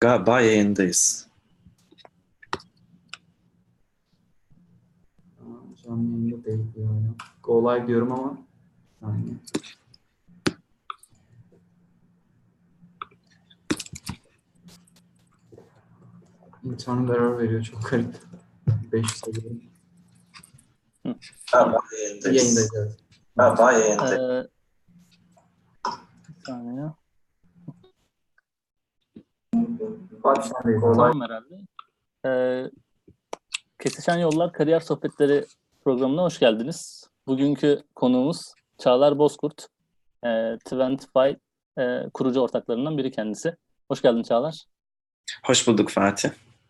Galiba yayındayız. Canlı yayında değil yani. Go live diyorum ama yani. İnternet error veriyor. Çok garip. 5 sayıyorum. Galiba yayındayız. Yayındayız, evet. Galiba yayındayız. Bir saniye. Başlardayız. Go live. Tamam herhalde. Kesişen Yollar Kariyer Sohbetleri programına hoş geldiniz. Bugünkü konuğumuz Çağlar Bozkurt. Twentify kurucu ortaklarından biri kendisi. Hoş geldin Çağlar. Hoş bulduk Fatih.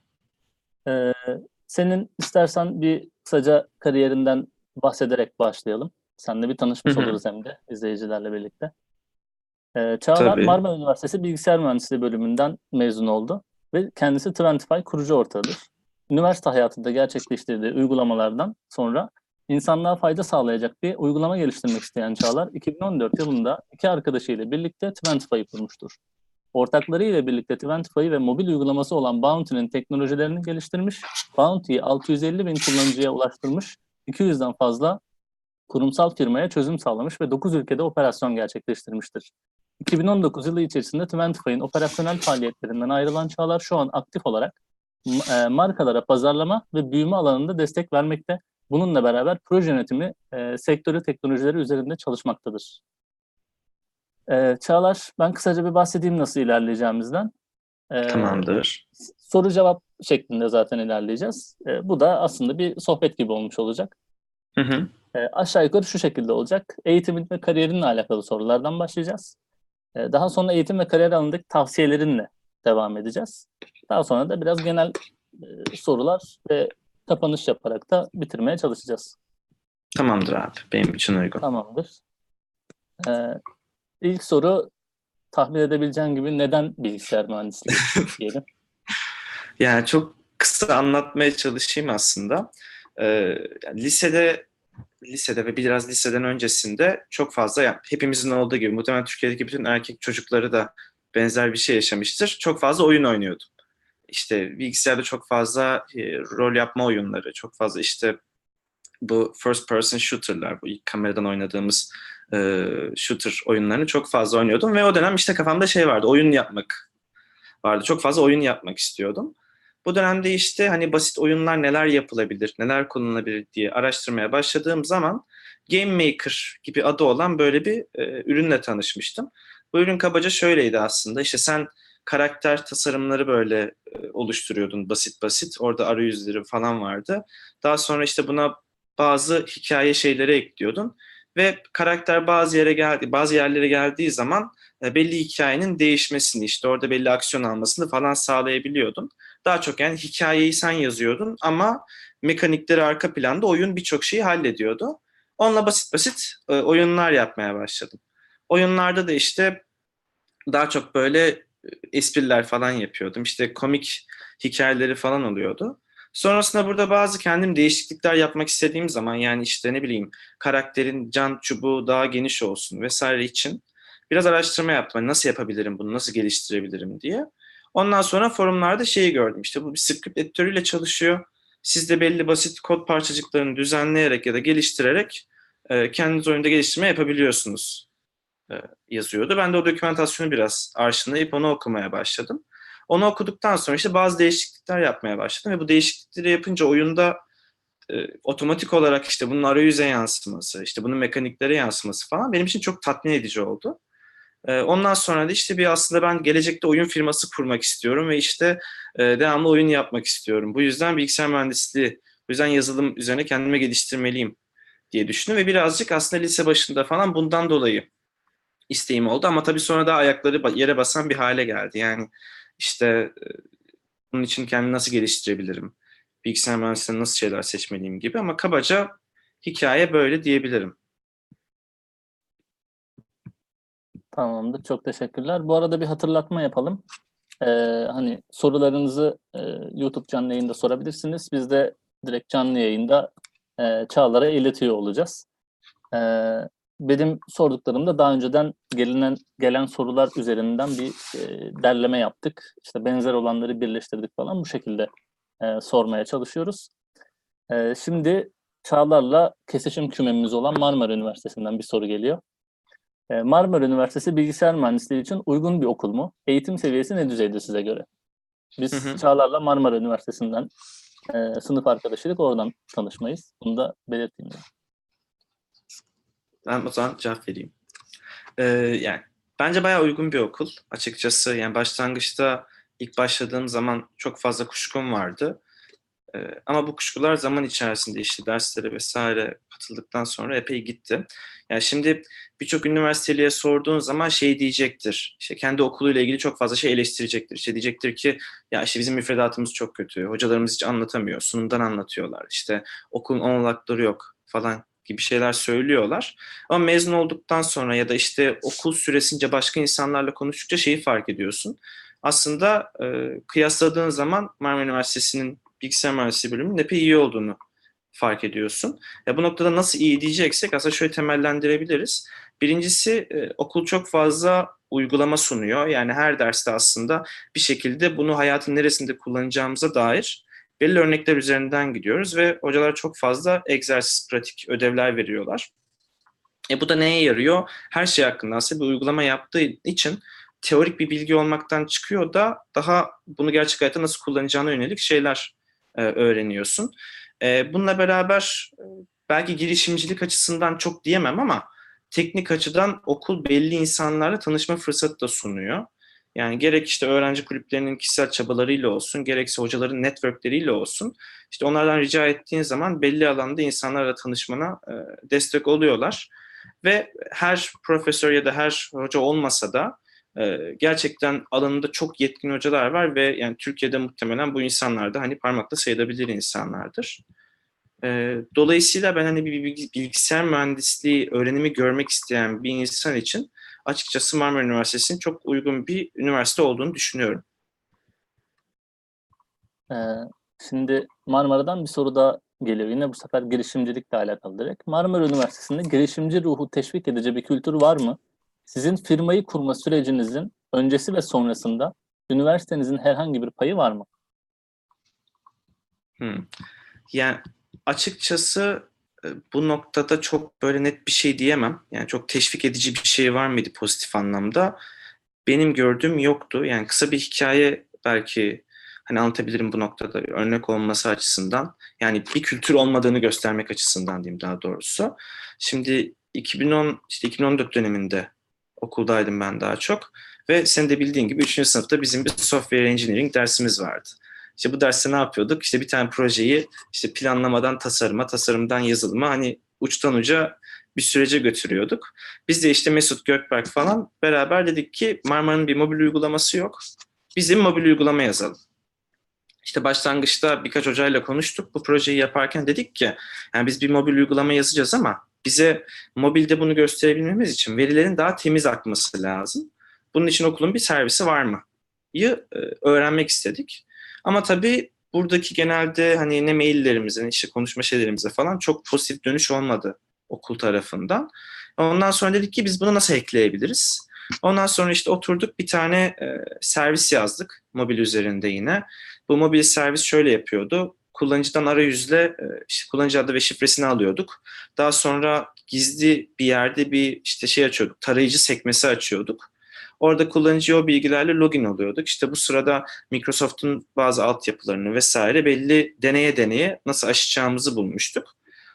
Senin istersen bir kısaca kariyerinden bahsederek başlayalım. Seninle bir tanışmış oluruz hem de izleyicilerle birlikte. Çağlar Tabii. Marmara Üniversitesi Bilgisayar Mühendisliği bölümünden mezun oldu ve kendisi Twentify kurucu ortağıdır. Üniversite hayatında gerçekleştirdiği uygulamalardan sonra insanlığa fayda sağlayacak bir uygulama geliştirmek isteyen Çağlar, 2014 yılında iki arkadaşıyla birlikte Twentify'ı kurmuştur. Ortakları ile birlikte Twentify ve mobil uygulaması olan Bounty'nin teknolojilerini geliştirmiş, Bounty'yi 650 bin kullanıcıya ulaştırmış, 200'den fazla kurumsal firmaya çözüm sağlamış ve 9 ülkede operasyon gerçekleştirmiştir. 2019 yılı içerisinde Twentify'ın operasyonel faaliyetlerinden ayrılan Çağlar şu an aktif olarak markalara pazarlama ve büyüme alanında destek vermekte. Bununla beraber proje yönetimi sektörü teknolojileri üzerinde çalışmaktadır. Çağlar, ben kısaca bir bahsedeyim nasıl ilerleyeceğimizden. Tamamdır. Soru cevap şeklinde zaten ilerleyeceğiz. Bu da aslında bir sohbet gibi olmuş olacak. Hı hı. Aşağı yukarı şu şekilde olacak. Eğitimin ve kariyerinle alakalı sorulardan başlayacağız. Daha sonra eğitim ve kariyer alanındaki tavsiyelerinle devam edeceğiz. Daha sonra da biraz genel sorular ve kapanış yaparak da bitirmeye çalışacağız. Tamamdır abi. Benim için uygun. Tamamdır. İlk soru tahmin edebileceğin gibi neden bilgisayar mühendisliği diyelim. Yani çok kısa anlatmaya çalışayım aslında. Yani lisede ve biraz liseden öncesinde çok fazla, yani hepimizin olduğu gibi muhtemelen Türkiye'deki bütün erkek çocukları da benzer bir şey yaşamıştır. Çok fazla oyun oynuyordum. İşte bilgisayarda çok fazla rol yapma oyunları, çok fazla işte bu first person shooter'lar, bu ilk kameradan oynadığımız shooter oyunlarını çok fazla oynuyordum ve o dönem işte kafamda şey vardı, oyun yapmak vardı. Çok fazla oyun yapmak istiyordum. Bu dönemde işte hani basit oyunlar neler yapılabilir, neler kullanılabilir diye araştırmaya başladığım zaman Game Maker gibi adı olan böyle bir ürünle tanışmıştım. Bu ürün kabaca şöyleydi aslında. İşte sen karakter tasarımları böyle oluşturuyordun basit basit. Orada arayüzleri falan vardı. Daha sonra işte buna bazı hikaye şeyleri ekliyordun ve karakter bazı yerlere geldiği zaman belli hikayenin değişmesini, işte orada belli aksiyon almasını falan sağlayabiliyordun. Daha çok yani hikayeyi sen yazıyordun ama mekanikleri arka planda oyun birçok şeyi hallediyordu. Onunla basit basit oyunlar yapmaya başladım. Oyunlarda da işte daha çok böyle espriler falan yapıyordum. İşte komik hikayeleri falan oluyordu. Sonrasında burada bazı kendim değişiklikler yapmak istediğim zaman, yani işte ne bileyim karakterin can çubuğu daha geniş olsun vesaire için biraz araştırma yaptım. Hani nasıl yapabilirim bunu, nasıl geliştirebilirim diye. Ondan sonra forumlarda şeyi gördüm. İşte bu bir script editörüyle çalışıyor. Siz de belli basit kod parçacıklarını düzenleyerek ya da geliştirerek kendiniz oyunda geliştirme yapabiliyorsunuz yazıyordu. Ben de o dokümantasyonu biraz arşınlayıp onu okumaya başladım. Onu okuduktan sonra işte bazı değişiklikler yapmaya başladım ve bu değişiklikleri yapınca oyunda otomatik olarak işte bunun arayüze yansıması, işte bunun mekaniklere yansıması falan benim için çok tatmin edici oldu. Ondan sonra da işte bir aslında ben gelecekte oyun firması kurmak istiyorum ve işte devamlı oyun yapmak istiyorum. Bu yüzden bilgisayar mühendisliği, bu yüzden yazılım üzerine kendime geliştirmeliyim diye düşündüm ve birazcık aslında lise başında falan bundan dolayı isteğim oldu ama tabii sonra da ayakları yere basan bir hale geldi. Yani işte bunun için kendimi nasıl geliştirebilirim? Bilgisayar mühendisliğinde nasıl şeyler seçmeliyim gibi, ama kabaca hikaye böyle diyebilirim. Tamamdır. Çok teşekkürler. Bu arada bir hatırlatma yapalım. Hani sorularınızı YouTube canlı yayında sorabilirsiniz. Biz de direkt canlı yayında Çağlar'a iletiyor olacağız. benim sorduklarımda daha önceden gelen sorular üzerinden bir derleme yaptık. İşte benzer olanları birleştirdik falan, bu şekilde sormaya çalışıyoruz. Şimdi Çağlar'la kesişim kümemiz olan Marmara Üniversitesi'nden bir soru geliyor. Marmara Üniversitesi bilgisayar mühendisliği için uygun bir okul mu? Eğitim seviyesi ne düzeyde size göre? Biz Çağlar'la Marmara Üniversitesi'nden sınıf arkadaşıydık, oradan tanışmayız. Bunu da belirteyim. Ben o zaman cevap vereyim. Yani bence bayağı uygun bir okul açıkçası. Yani başlangıçta ilk başladığım zaman çok fazla kuşkum vardı. Ama bu kuşkular zaman içerisinde işte derslere vesaire katıldıktan sonra epey gitti. Yani şimdi birçok üniversiteliye sorduğun zaman şey diyecektir. İşte kendi okuluyla ilgili çok fazla şey eleştirecektir. İşte diyecektir ki ya işte bizim müfredatımız çok kötü. Hocalarımız hiç anlatamıyor. Sunumdan anlatıyorlar. İşte okulun olanakları yok falan gibi şeyler söylüyorlar. Ama mezun olduktan sonra ya da işte okul süresince başka insanlarla konuştukça şeyi fark ediyorsun. Aslında kıyasladığın zaman Marmara Üniversitesi'nin bilgisayar mühendisliği bölümünün epey iyi olduğunu fark ediyorsun. Ya bu noktada nasıl iyi diyeceksek aslında şöyle temellendirebiliriz. Birincisi okul çok fazla uygulama sunuyor. Yani her derste aslında bir şekilde bunu hayatın neresinde kullanacağımıza dair belli örnekler üzerinden gidiyoruz ve hocalar çok fazla egzersiz, pratik ödevler veriyorlar. Bu da neye yarıyor? Her şey hakkında aslında bir uygulama yaptığı için teorik bir bilgi olmaktan çıkıyor da daha bunu gerçek hayatta nasıl kullanacağına yönelik şeyler öğreniyorsun. Bununla beraber belki girişimcilik açısından çok diyemem ama teknik açıdan okul belli insanlarla tanışma fırsatı da sunuyor. Yani gerek işte öğrenci kulüplerinin kişisel çabalarıyla olsun, gerekse hocaların networkleriyle olsun. İşte onlardan rica ettiğin zaman belli alanda insanlarla tanışmana destek oluyorlar. Ve her profesör ya da her hoca olmasa da gerçekten alanında çok yetkin hocalar var ve yani Türkiye'de muhtemelen bu insanlar da hani parmakla sayılabilir insanlardır. Dolayısıyla ben hani bir bilgisayar mühendisliği öğrenimi görmek isteyen bir insan için açıkçası Marmara Üniversitesi'nin çok uygun bir üniversite olduğunu düşünüyorum. Ee, Şimdi Marmara'dan bir soru daha geliyor. Yine bu sefer girişimcilikle alakalı direkt. Marmara Üniversitesi'nde girişimci ruhu teşvik edici bir kültür var mı? Sizin firmayı kurma sürecinizin öncesi ve sonrasında üniversitenizin herhangi bir payı var mı? Yani açıkçası bu noktada çok böyle net bir şey diyemem. Yani çok teşvik edici bir şey var mıydı pozitif anlamda? Benim gördüğüm yoktu. Yani kısa bir hikaye belki hani anlatabilirim bu noktada örnek olması açısından. Yani bir kültür olmadığını göstermek açısından diyeyim daha doğrusu. Şimdi 2010 işte 2014 döneminde okuldaydım ben daha çok ve senin de bildiğin gibi 3. sınıfta bizim bir software engineering dersimiz vardı. İşte bu derste ne yapıyorduk? İşte bir tane projeyi işte planlamadan tasarıma, tasarımdan yazılıma hani uçtan uca bir sürece götürüyorduk. Biz de işte Mesut Gökberk falan beraber dedik ki Marmara'nın bir mobil uygulaması yok. Bizim mobil uygulama yazalım. İşte başlangıçta birkaç hocayla konuştuk. Bu projeyi yaparken dedik ki yani biz bir mobil uygulama yazacağız ama bize mobilde bunu gösterebilmemiz için verilerin daha temiz akması lazım. Bunun için okulun bir servisi var mı? Öğrenmek istedik. Ama tabii buradaki genelde hani ne maillerimize ne işte konuşma şeylerimize falan çok pozitif dönüş olmadı okul tarafından. Ondan sonra dedik ki biz bunu nasıl ekleyebiliriz? Ondan sonra işte oturduk bir tane servis yazdık mobil üzerinde yine. Bu mobil servis şöyle yapıyordu. Kullanıcıdan arayüzle işte kullanıcı adı ve şifresini alıyorduk. Daha sonra gizli bir yerde bir işte şey açıyorduk. Tarayıcı sekmesi açıyorduk. Orada kullanıcıya o bilgilerle login oluyorduk. İşte bu sırada Microsoft'un bazı altyapılarını vesaire belli deneye deneye nasıl aşacağımızı bulmuştuk.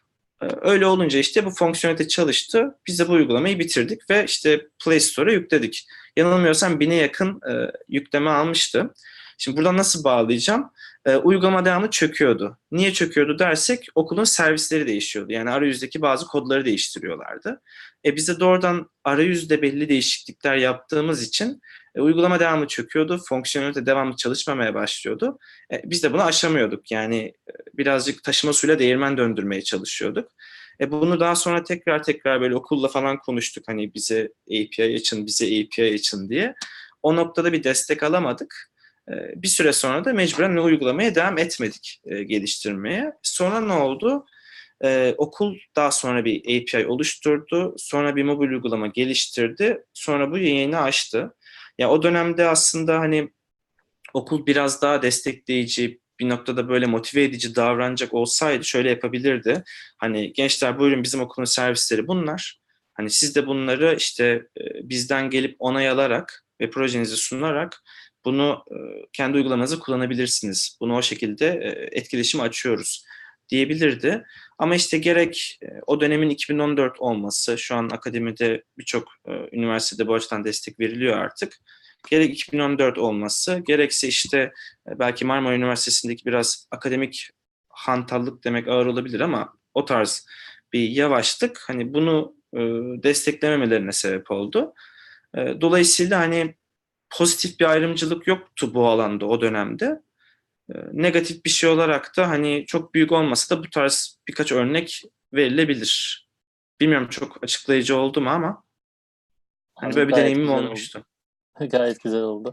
Öyle olunca işte bu fonksiyonelite çalıştı. Biz de bu uygulamayı bitirdik ve işte Play Store'a yükledik. Yanılmıyorsam 1000'e yakın yükleme almıştı. Şimdi buradan nasıl bağlayacağım? Uygulama devamlı çöküyordu. Niye çöküyordu dersek okulun servisleri değişiyordu. Yani arayüzdeki bazı kodları değiştiriyorlardı. Biz de doğrudan arayüzde belli değişiklikler yaptığımız için uygulama devamlı çöküyordu. Fonksiyonelite devamlı çalışmamaya başlıyordu. Biz de bunu aşamıyorduk. Yani birazcık taşıma suyla değirmen döndürmeye çalışıyorduk. Bunu daha sonra tekrar böyle okulla falan konuştuk. Hani bize API açın, bize API açın diye. O noktada bir destek alamadık. Bir süre sonra da mecburen uygulamaya devam etmedik geliştirmeye. Sonra ne oldu? Okul daha sonra bir API oluşturdu. Sonra bir mobil uygulama geliştirdi. Sonra bu yayını açtı. Ya o dönemde aslında hani okul biraz daha destekleyici, bir noktada böyle motive edici davranacak olsaydı şöyle yapabilirdi. Hani gençler buyurun, bizim okulun servisleri bunlar. Hani siz de bunları işte bizden gelip onay alarak ve projenizi sunarak bunu kendi uygulamanızı kullanabilirsiniz. Bunu o şekilde etkileşim açıyoruz diyebilirdi. Ama işte gerek o dönemin 2014 olması, şu an akademide birçok üniversitede bu açıdan destek veriliyor artık. Gerek 2014 olması, gerekse işte belki Marmara Üniversitesi'ndeki biraz akademik hantallık demek ağır olabilir ama o tarz bir yavaşlık hani bunu desteklememelerine sebep oldu. Dolayısıyla hani pozitif bir ayrımcılık yoktu bu alanda o dönemde. Negatif bir şey olarak da hani çok büyük olmasa da bu tarz birkaç örnek verilebilir. Bilmiyorum çok açıklayıcı oldu mu ama hani Abi böyle bir gayet deneyimim güzel oldu. olmuştu. Gayet güzel oldu.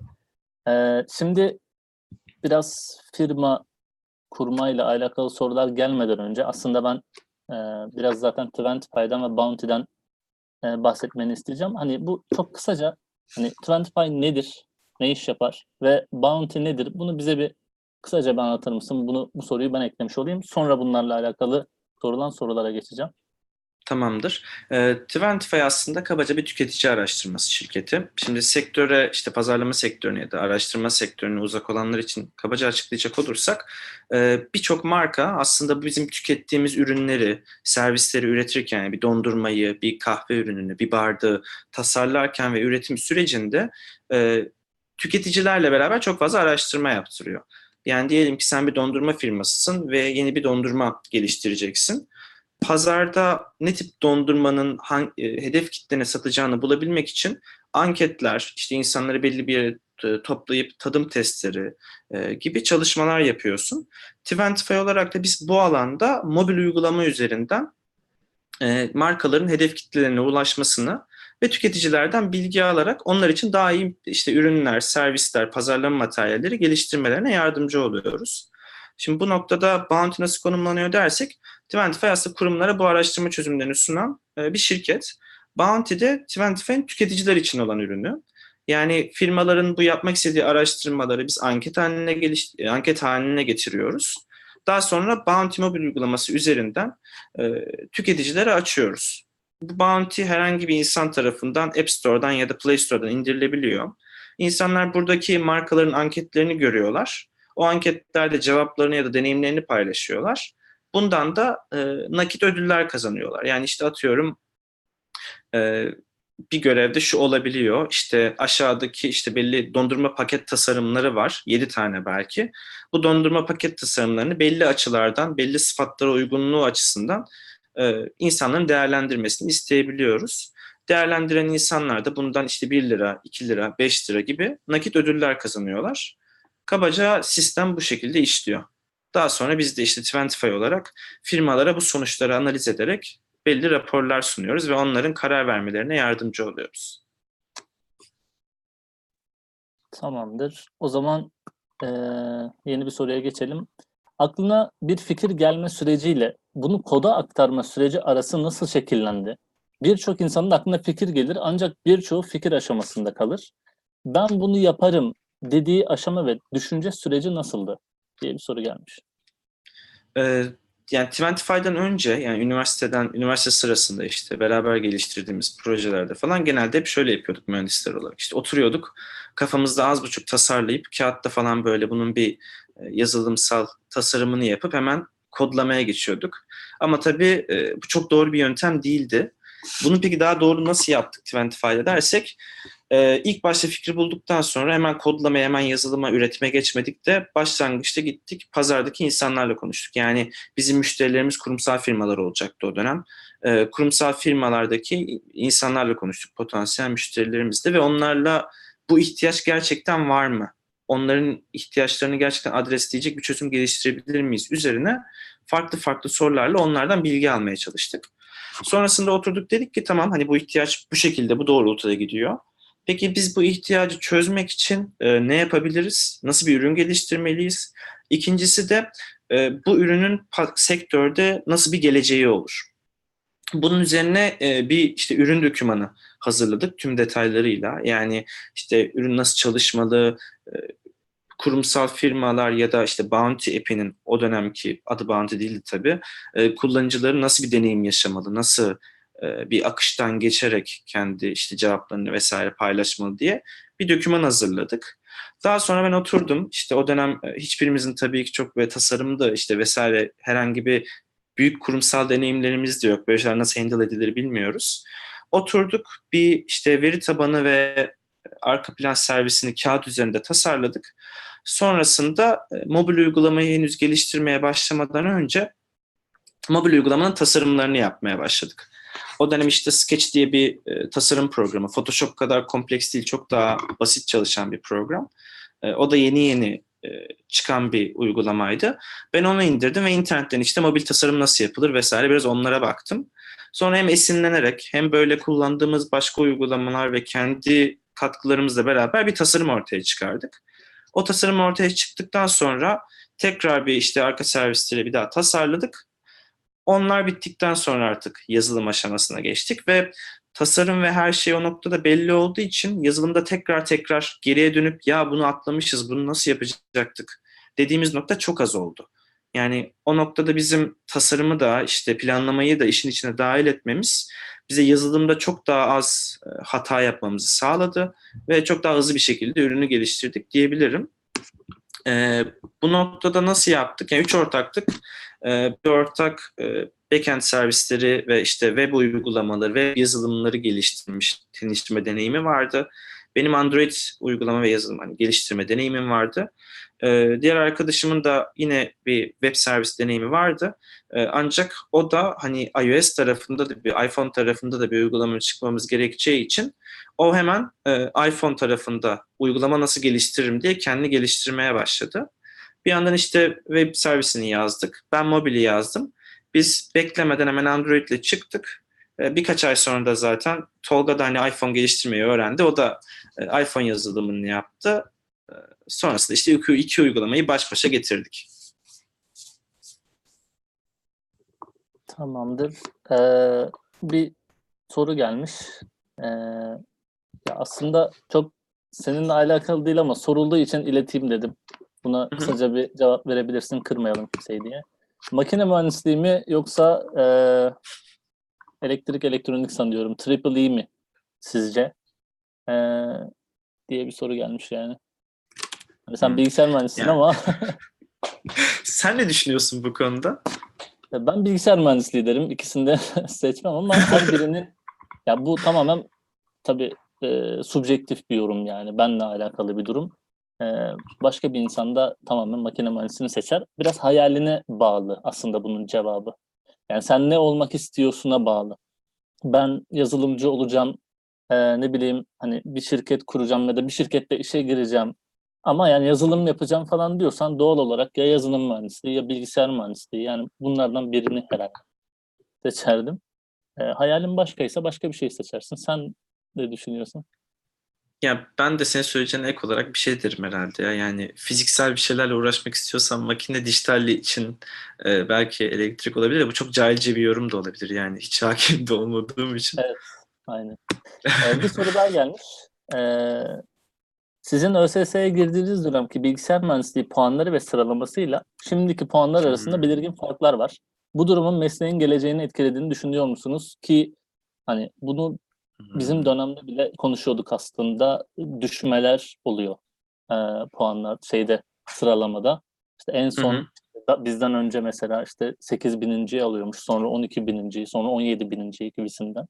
Şimdi biraz firma kurmayla alakalı sorular gelmeden önce aslında ben biraz zaten Twentify'dan ve Bounty'den bahsetmeni isteyeceğim. Hani bu çok kısaca hani Twentify nedir? Ne iş yapar? Ve Bounty nedir? Bunu bize bir kısaca bir anlatır mısın? Bu soruyu ben eklemiş olayım. Sonra bunlarla alakalı sorulan sorulara geçeceğim. Tamamdır. Twentify aslında kabaca bir tüketici araştırması şirketi. Şimdi sektöre, işte pazarlama sektörüne ya da araştırma sektörüne uzak olanlar için kabaca açıklayacak olursak, birçok marka aslında bizim tükettiğimiz ürünleri, servisleri üretirken, yani bir dondurmayı, bir kahve ürününü, bir bardağı tasarlarken ve üretim sürecinde tüketicilerle beraber çok fazla araştırma yaptırıyor. Yani diyelim ki sen bir dondurma firmasısın ve yeni bir dondurma geliştireceksin. Pazarda ne tip dondurmanın hedef kitlene satacağını bulabilmek için anketler, işte insanları belli bir yere toplayıp tadım testleri gibi çalışmalar yapıyorsun. Twentify olarak da biz bu alanda mobil uygulama üzerinden markaların hedef kitlelerine ulaşmasını ve tüketicilerden bilgi alarak onlar için daha iyi işte ürünler, servisler, pazarlama materyalleri geliştirmelerine yardımcı oluyoruz. Şimdi bu noktada Bounty nasıl konumlanıyor dersek, Twentify aslında kurumlara bu araştırma çözümlerini sunan bir şirket. Bounty de Twentify'ın tüketiciler için olan ürünü. Yani firmaların bu yapmak istediği araştırmaları biz anket haline getiriyoruz. Daha sonra Bounty mobil uygulaması üzerinden tüketicilere açıyoruz. Bu Bounty herhangi bir insan tarafından App Store'dan ya da Play Store'dan indirilebiliyor. İnsanlar buradaki markaların anketlerini görüyorlar. O anketlerde cevaplarını ya da deneyimlerini paylaşıyorlar. Bundan da nakit ödüller kazanıyorlar. Yani işte atıyorum e, bir görevde şu olabiliyor. İşte aşağıdaki işte belli dondurma paket tasarımları var. 7 tane belki. Bu dondurma paket tasarımlarını belli açılardan, belli sıfatlara uygunluğu açısından insanların değerlendirmesini isteyebiliyoruz. Değerlendiren insanlar da bundan işte 1 lira, 2 lira, 5 lira gibi nakit ödüller kazanıyorlar. Kabaca sistem bu şekilde işliyor. Daha sonra biz de işte Twentify olarak firmalara bu sonuçları analiz ederek belli raporlar sunuyoruz ve onların karar vermelerine yardımcı oluyoruz. Tamamdır. O zaman yeni bir soruya geçelim. Aklına bir fikir gelme süreciyle bunu koda aktarma süreci arası nasıl şekillendi? Birçok insanın aklına fikir gelir ancak birçoğu fikir aşamasında kalır. Ben bunu yaparım dediği aşama ve düşünce süreci nasıldı diye bir soru gelmiş. Ee, Yani Twentify'dan önce, yani üniversite sırasında işte beraber geliştirdiğimiz projelerde falan genelde hep şöyle yapıyorduk mühendisler olarak. İşte oturuyorduk, kafamızda az buçuk tasarlayıp kağıtta falan böyle bunun bir yazılımsal tasarımını yapıp hemen kodlamaya geçiyorduk. Ama tabii bu çok doğru bir yöntem değildi. Bunu peki daha doğru nasıl yaptık Twentify'da dersek, ilk başta fikri bulduktan sonra hemen kodlamaya, hemen yazılıma, üretime geçmedik de başlangıçta gittik pazardaki insanlarla konuştuk. Yani bizim müşterilerimiz kurumsal firmalar olacaktı o dönem. Kurumsal firmalardaki insanlarla konuştuk, potansiyel müşterilerimizle ve onlarla bu ihtiyaç gerçekten var mı? Onların ihtiyaçlarını gerçekten adresleyecek bir çözüm geliştirebilir miyiz? Üzerine farklı farklı sorularla onlardan bilgi almaya çalıştık. Sonrasında oturduk, dedik ki tamam, hani bu ihtiyaç bu şekilde, bu doğrultuda gidiyor. Peki biz bu ihtiyacı çözmek için ne yapabiliriz? Nasıl bir ürün geliştirmeliyiz? İkincisi de bu ürünün sektörde nasıl bir geleceği olur? Bunun üzerine bir işte ürün dokümanı hazırladık tüm detaylarıyla. Yani işte ürün nasıl çalışmalı, e, kurumsal firmalar ya da işte Bounty app'inin o dönemki adı Bounty değildi tabii. Kullanıcıları nasıl bir deneyim yaşamalı, nasıl bir akıştan geçerek kendi işte cevaplarını vesaire paylaşmalı diye bir doküman hazırladık. Daha sonra ben oturdum. İşte o dönem hiçbirimizin tabii ki çok ve tasarımda işte vesaire herhangi bir büyük kurumsal deneyimlerimiz de yok. Böyle şeyler nasıl handle edilir bilmiyoruz. Oturduk bir işte veri tabanı ve arka plan servisini kağıt üzerinde tasarladık. Sonrasında mobil uygulamayı henüz geliştirmeye başlamadan önce mobil uygulamanın tasarımlarını yapmaya başladık. O dönem işte Sketch diye bir tasarım programı. Photoshop kadar kompleks değil, çok daha basit çalışan bir program. O da yeni yeni çıkan bir uygulamaydı. Ben onu indirdim ve internetten işte mobil tasarım nasıl yapılır vesaire biraz onlara baktım. Sonra hem esinlenerek hem böyle kullandığımız başka uygulamalar ve kendi katkılarımızla beraber bir tasarım ortaya çıkardık. O tasarım ortaya çıktıktan sonra tekrar bir işte arka servisleri bir daha tasarladık. Onlar bittikten sonra artık yazılım aşamasına geçtik ve tasarım ve her şey o noktada belli olduğu için yazılımda tekrar tekrar geriye dönüp ya bunu atlamışız, bunu nasıl yapacaktık dediğimiz nokta çok az oldu. Yani o noktada bizim tasarımı da işte planlamayı da işin içine dahil etmemiz bize yazılımda çok daha az hata yapmamızı sağladı ve çok daha hızlı bir şekilde ürünü geliştirdik diyebilirim. Bu noktada nasıl yaptık? Yani üç ortaktık. Bir ortak backend servisleri ve işte web uygulamaları, web yazılımları geliştirme deneyimi vardı. Benim Android uygulama ve yazılım hani geliştirme deneyimim vardı. Diğer arkadaşımın da yine bir web servis deneyimi vardı. Ancak o da hani iOS tarafında da bir iPhone tarafında da bir uygulama çıkmamız gerekeceği için o hemen iPhone tarafında uygulama nasıl geliştiririm diye kendi geliştirmeye başladı. Bir yandan işte web servisini yazdık. Ben mobili yazdım. Biz beklemeden hemen Android'le çıktık. Birkaç ay sonra da zaten Tolga da hani iPhone geliştirmeyi öğrendi. O da iPhone yazılımını yaptı. Sonrasında işte iki uygulamayı baş başa getirdik. Tamamdır. Bir soru gelmiş. Ya aslında çok seninle alakalı değil ama sorulduğu için ileteyim dedim. Buna kısaca bir cevap verebilirsin, kırmayalım kimseyi diye. Makine mühendisliği mi yoksa elektrik elektronik sanıyorum. Triple E mi sizce? Diye bir soru gelmiş yani. Hani sen bilgisayar mühendisisin Yani. ama Sen ne düşünüyorsun bu konuda? ben bilgisayar mühendisliği derim. İkisini de seçmem ama her birinin ya bu tamamen tabii subjektif bir yorum yani. Benle alakalı bir durum. Başka bir insan da tamamen makine mühendisliğini seçer. Biraz hayaline bağlı aslında bunun cevabı. Yani sen ne olmak istiyorsuna bağlı. Ben yazılımcı olacağım, ne bileyim hani bir şirket kuracağım ya da bir şirkette işe gireceğim. Ama yani yazılım yapacağım falan diyorsan doğal olarak ya yazılım mühendisliği ya bilgisayar mühendisliği yani bunlardan birini herhalde seçerdim. Hayalin başkaysa başka bir şey seçersin. Sen ne düşünüyorsun? Ya ben de senin söyleyeceğine ek olarak bir şey derim herhalde ya. Yani fiziksel bir şeylerle uğraşmak istiyorsan makine dijitalli için belki elektrik olabilir. Bu çok cahilce bir yorum da olabilir yani. Hiç hakim de olmadığım için. Evet, aynen. Bir soru daha gelmiş. Ee, Sizin ÖSS'ye girdiğiniz dönemki bilgisayar mühendisliği puanları ve sıralamasıyla şimdiki puanlar arasında belirgin farklar var. Bu durumun mesleğin geleceğini etkilediğini düşünüyor musunuz? Ki hani bunu bizim dönemde bile konuşuyorduk aslında. Düşmeler oluyor puanlar sıralamada. İşte en son bizden önce mesela işte 8.000'ciyi alıyormuş, sonra 12.000'ciyi, sonra 17.000'ciyi gibisinden.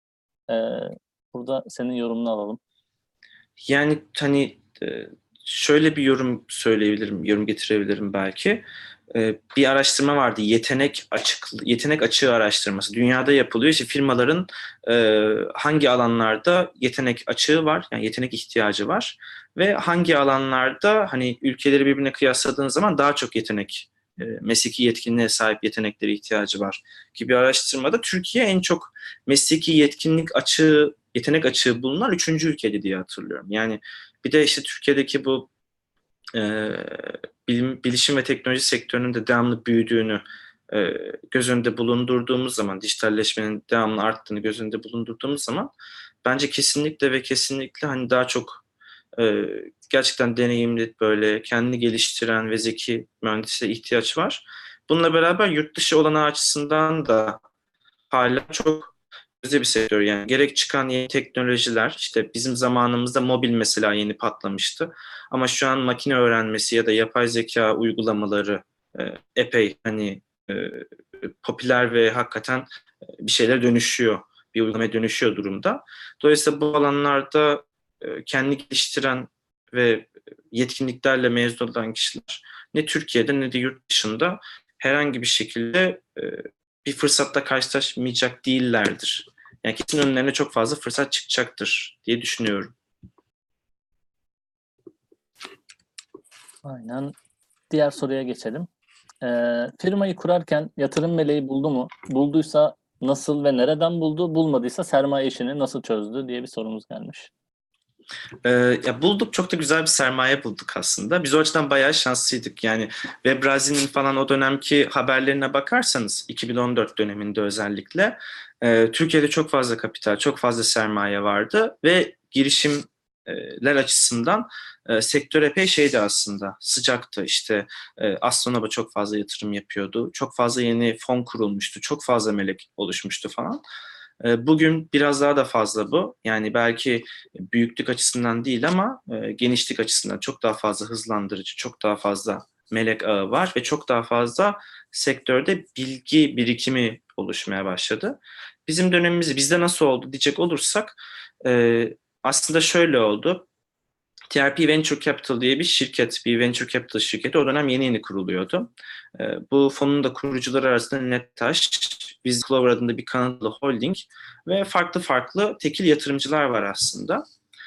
Burada senin yorumunu alalım. Yani hani şöyle bir yorum söyleyebilirim, yorum getirebilirim belki. Bir araştırma vardı, yetenek açığı araştırması. Dünyada yapılıyor. İşte firmaların hangi alanlarda yetenek açığı var, yani yetenek ihtiyacı var ve hangi alanlarda hani ülkeleri birbirine kıyasladığınız zaman daha çok mesleki yetkinliğe sahip yetenekleri ihtiyacı var gibi bir araştırmada Türkiye en çok mesleki yetkinlik açığı yetenek açığı bulunan 3. ülkeydi diye hatırlıyorum. Yani bir de işte Türkiye'deki bu bilişim ve teknoloji sektörünün de devamlı büyüdüğünü göz önünde bulundurduğumuz zaman, dijitalleşmenin devamlı arttığını göz önünde bulundurduğumuz zaman bence kesinlikle ve kesinlikle hani daha çok gerçekten deneyimli, böyle kendini geliştiren ve zeki mühendise ihtiyaç var. Bununla beraber yurt dışı olanağı açısından da hala çok özel bir sektör. Yani gerek çıkan yeni teknolojiler, işte bizim zamanımızda mobil mesela yeni patlamıştı. Ama şu an makine öğrenmesi ya da yapay zeka uygulamaları epey hani popüler ve hakikaten bir şeyler dönüşüyor. Bir uygulamaya dönüşüyor durumda. Dolayısıyla bu alanlarda kendini geliştiren ve yetkinliklerle mezun olan kişiler ne Türkiye'de ne de yurt dışında herhangi bir şekilde bir fırsatla karşılaşmayacak değillerdir. Yani kesin önlerine çok fazla fırsat çıkacaktır diye düşünüyorum. Aynen. Diğer soruya geçelim. Firmayı kurarken yatırım meleği buldu mu? Bulduysa nasıl ve nereden buldu? Bulmadıysa sermaye işini nasıl çözdü diye bir sorumuz gelmiş. Ya bulduk, çok da güzel bir sermaye bulduk aslında. Biz o açıdan bayağı şanslıydık. Yani Webrazi'nin falan o dönemki haberlerine bakarsanız 2014 döneminde özellikle Türkiye'de çok fazla kapital, çok fazla sermaye vardı ve girişimler açısından sektör epey şeydi aslında, sıcaktı. İşte Astronaba çok fazla yatırım yapıyordu. Çok fazla yeni fon kurulmuştu. Çok fazla melek oluşmuştu falan. Bugün biraz daha da fazla bu. Yani belki büyüklük açısından değil ama genişlik açısından çok daha fazla hızlandırıcı, çok daha fazla melek ağı var ve çok daha fazla sektörde bilgi birikimi oluşmaya başladı. Bizim dönemimizi bizde nasıl oldu diyecek olursak aslında şöyle oldu. TRP Venture Capital diye bir şirket, bir venture capital şirketi o dönem yeni yeni kuruluyordu. Bu fonun da kurucuları arasında Nettaş, Biz Clover adında bir Kanadalı holding ve farklı farklı tekil yatırımcılar var aslında.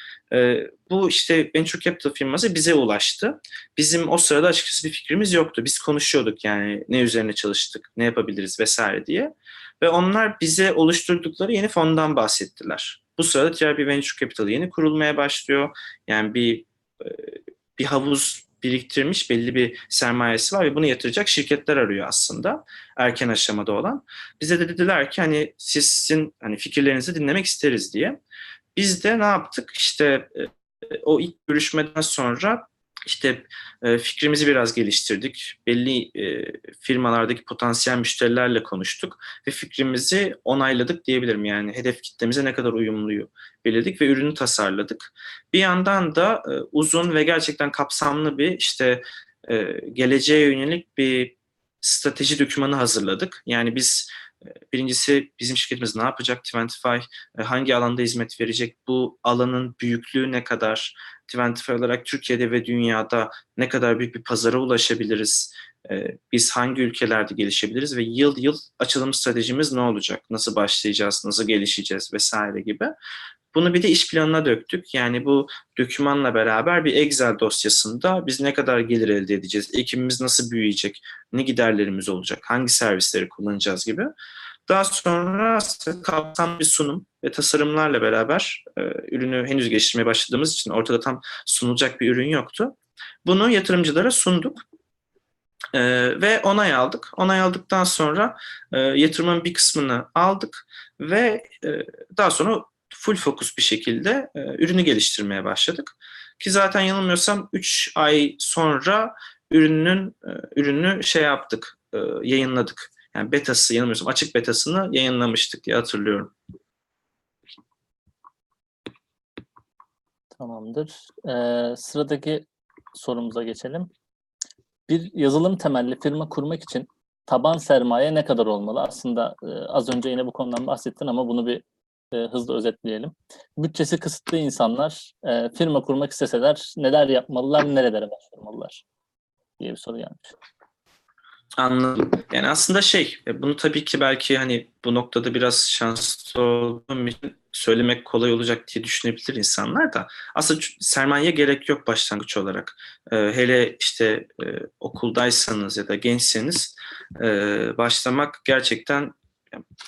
Bu işte venture capital firması bize ulaştı. Bizim o sırada açıkçası bir fikrimiz yoktu. Biz konuşuyorduk yani ne üzerine çalıştık, ne yapabiliriz vesaire diye. Ve onlar bize oluşturdukları yeni fondan bahsettiler. Bu sırada TRP Venture Capital yeni kurulmaya başlıyor. Yani e, bir havuz biriktirmiş belli bir sermayesi var ve bunu yatıracak şirketler arıyor aslında erken aşamada olan. Bize de dediler ki hani sizin hani fikirlerinizi dinlemek isteriz diye. Biz de ne yaptık? İşte o ilk görüşmeden sonra işte fikrimizi biraz geliştirdik. Belli firmalardaki potansiyel müşterilerle konuştuk ve fikrimizi onayladık diyebilirim. Yani hedef kitlemize ne kadar uyumluyu belirledik ve ürünü tasarladık. Bir yandan da uzun ve gerçekten kapsamlı bir işte geleceğe yönelik bir strateji dokümanı hazırladık. Yani biz birincisi bizim şirketimiz ne yapacak? Twentify hangi alanda hizmet verecek? Bu alanın büyüklüğü ne kadar? Twentify olarak Türkiye'de ve dünyada ne kadar büyük bir pazara ulaşabiliriz? Biz hangi ülkelerde gelişebiliriz ve yıl yıl açılım stratejimiz ne olacak? Nasıl başlayacağız? Nasıl gelişeceğiz? Vesaire gibi. Bunu bir de iş planına döktük. Yani bu dokümanla beraber bir Excel dosyasında biz ne kadar gelir elde edeceğiz? Ekibimiz nasıl büyüyecek? Ne giderlerimiz olacak? Hangi servisleri kullanacağız gibi. Daha sonra kapsamlı bir sunum ve tasarımlarla beraber ürünü henüz geliştirmeye başladığımız için ortada tam sunulacak bir ürün yoktu. Bunu yatırımcılara sunduk ve onay aldık. Onay aldıktan sonra yatırımın bir kısmını aldık ve daha sonra full fokus bir şekilde ürünü geliştirmeye başladık. Ki zaten yanılmıyorsam 3 ay sonra ürünü şey yaptık, yayınladık. Yani betası yanılmıyorsam açık betasını yayınlamıştık diye hatırlıyorum. Tamamdır. Sıradaki sorumuza geçelim. Bir yazılım temelli firma kurmak için taban sermaye ne kadar olmalı? Aslında az önce yine bu konudan bahsettin ama bunu bir hızlı özetleyelim. Bütçesi kısıtlı insanlar firma kurmak isteseler neler yapmalılar, nerelere başvurmalılar diye bir soru gelmiş. Anladım. Yani aslında bunu tabii ki belki hani bu noktada biraz şanslı olduğum için söylemek kolay olacak diye düşünebilir insanlar da. Aslında sermaye gerek yok başlangıç olarak. Hele işte okuldaysanız ya da gençseniz başlamak gerçekten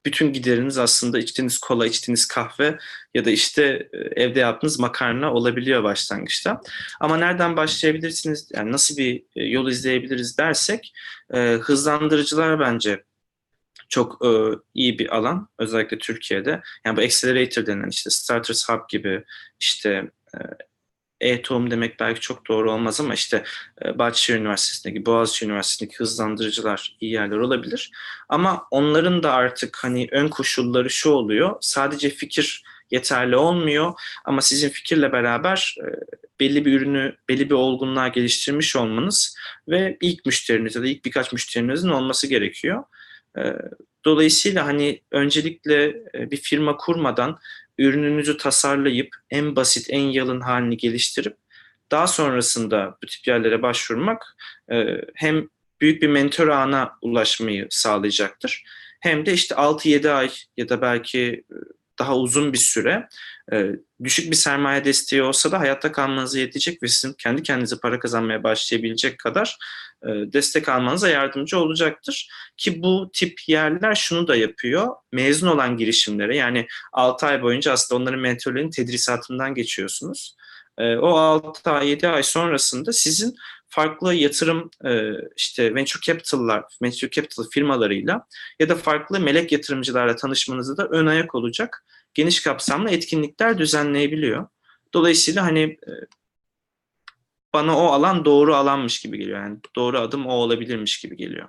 bütün gideriniz aslında içtiğiniz kola, içtiğiniz kahve ya da işte evde yaptığınız makarna olabiliyor başlangıçta. Ama nereden başlayabilirsiniz, yani nasıl bir yol izleyebiliriz dersek, hızlandırıcılar bence çok iyi bir alan, özellikle Türkiye'de. Yani bu accelerator denen, işte Starters Hub gibi, işte e-tohum demek belki çok doğru olmaz ama işte Bahçeşehir Üniversitesi'ndeki, Boğaziçi Üniversitesi'ndeki hızlandırıcılar iyi yerler olabilir. Ama onların da artık hani ön koşulları şu oluyor: sadece fikir yeterli olmuyor ama sizin fikirle beraber belli bir ürünü, belli bir olgunluğa geliştirmiş olmanız ve ilk müşteriniz ya da ilk birkaç müşterinizin olması gerekiyor. E, Dolayısıyla hani öncelikle bir firma kurmadan ürününüzü tasarlayıp en basit, en yalın halini geliştirip daha sonrasında bu tip yerlere başvurmak hem büyük bir mentor ağına ulaşmayı sağlayacaktır. Hem de işte 6-7 ay ya da belki daha uzun bir süre düşük bir sermaye desteği olsa da hayatta kalmanıza yetecek ve sizin kendi kendinize para kazanmaya başlayabilecek kadar destek almanıza yardımcı olacaktır. Ki bu tip yerler şunu da yapıyor: mezun olan girişimlere, yani 6 ay boyunca aslında onların mentorlarının tedrisatından geçiyorsunuz. O 6 ay, 7 ay sonrasında sizin farklı yatırım işte venture capital firmalarıyla ya da farklı melek yatırımcılarla tanışmanızda da ön ayak olacak geniş kapsamlı etkinlikler düzenleyebiliyor. Dolayısıyla hani bana o alan doğru alanmış gibi geliyor. Yani doğru adım o olabilirmiş gibi geliyor.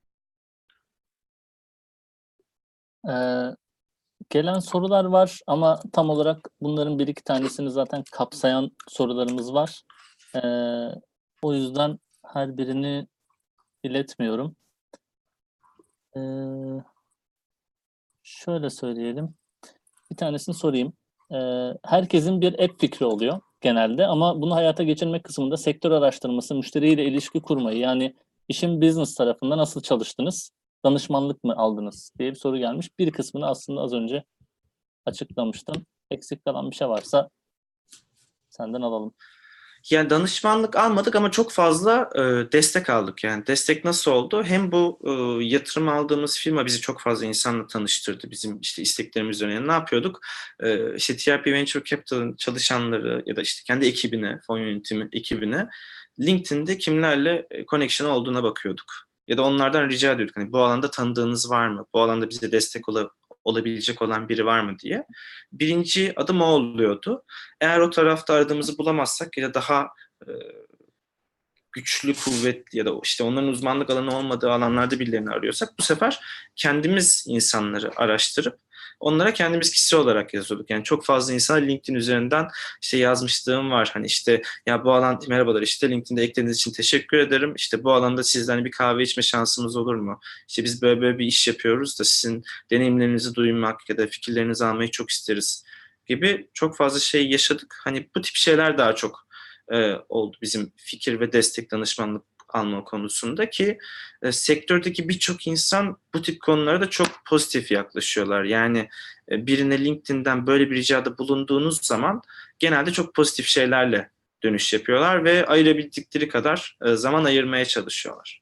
Ee, Gelen sorular var ama tam olarak bunların bir iki tanesini zaten kapsayan sorularımız var. Ee, O yüzden her birini iletmiyorum. Ee, Şöyle söyleyelim. Bir tanesini sorayım. Herkesin bir app fikri oluyor genelde ama bunu hayata geçirmek kısmında sektör araştırması, müşteriyle ilişki kurmayı, yani işin business tarafında nasıl çalıştınız, danışmanlık mı aldınız diye bir soru gelmiş. Bir kısmını aslında az önce açıklamıştım. Eksik kalan bir şey varsa senden alalım. Yani danışmanlık almadık ama çok fazla destek aldık. Yani destek nasıl oldu? Hem bu yatırım aldığımız firma bizi çok fazla insanla tanıştırdı. Bizim işte isteklerimiz üzerine ne yapıyorduk? İşte TRP Venture Capital'ın çalışanları ya da işte kendi ekibine, fon yönetimi ekibine LinkedIn'de kimlerle connection olduğuna bakıyorduk. Ya da onlardan rica ediyorduk: hani bu alanda tanıdığınız var mı? Bu alanda bize destek olabilecek olan biri var mı diye. Birinci adım o oluyordu. Eğer o tarafta aradığımızı bulamazsak ya da daha e, güçlü, kuvvetli ya da işte onların uzmanlık alanı olmadığı alanlarda birilerini arıyorsak, bu sefer kendimiz insanları araştırıp onlara kendimiz kişisel olarak yazıyorduk. Yani çok fazla insana LinkedIn üzerinden işte yazmışlığım var. Hani işte ya bu alan, merhabalar, işte LinkedIn'de eklediğiniz için teşekkür ederim. İşte bu alanda sizden bir kahve içme şansımız olur mu? İşte biz böyle bir iş yapıyoruz da sizin deneyimlerinizi duymak ya da fikirlerinizi almayı çok isteriz gibi çok fazla şey yaşadık. Hani bu tip şeyler daha çok oldu bizim fikir ve destek danışmanlık alma konusunda, ki sektördeki birçok insan bu tip konulara da çok pozitif yaklaşıyorlar. Yani birine LinkedIn'den böyle bir ricada bulunduğunuz zaman genelde çok pozitif şeylerle dönüş yapıyorlar ve ayırabildikleri kadar zaman ayırmaya çalışıyorlar.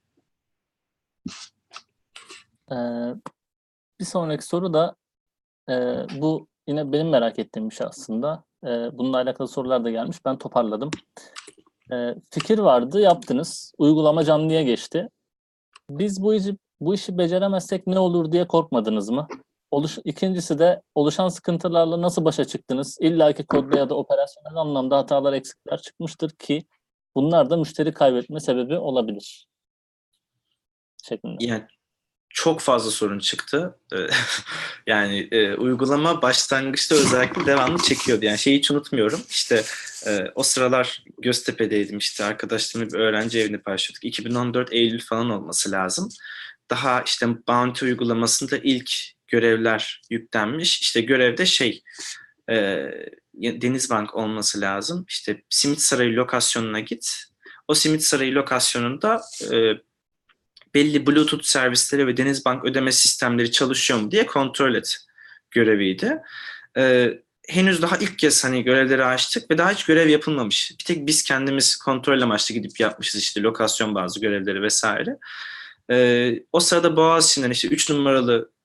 Ee, Bir sonraki soru da bu yine benim merak ettiğim bir şey aslında. Bununla alakalı sorular da gelmiş. Ben toparladım. Fikir vardı, yaptınız. Uygulama canlıya geçti. Biz bu işi beceremezsek ne olur diye korkmadınız mı? İkincisi de oluşan sıkıntılarla nasıl başa çıktınız? İlla ki kodda ya da operasyonel anlamda hatalar, eksikler çıkmıştır ki bunlar da müşteri kaybetme sebebi olabilir şeklinde. Yani çok fazla sorun çıktı. Yani uygulama başlangıçta özellikle devamlı çekiyordu. Yani şeyi hiç unutmuyorum. İşte o sıralar Göztepe'deydim, işte arkadaşlarımla bir öğrenci evini paylaşıyorduk. 2014 Eylül falan olması lazım. Daha işte Bounty uygulamasında ilk görevler yüklenmiş. İşte görevde e, Denizbank olması lazım. İşte Simit Sarayı lokasyonuna git. O Simit Sarayı lokasyonunda belli Bluetooth servisleri ve Denizbank ödeme sistemleri çalışıyor mu diye kontrol et göreviydi. Henüz daha ilk kez hani görevleri açtık ve daha hiç görev yapılmamış. Bir tek biz kendimiz kontrol amaçlı gidip yapmışız, işte lokasyon bazı görevleri vesaire. O sırada Boğaziçi'nden işte 3 numaralı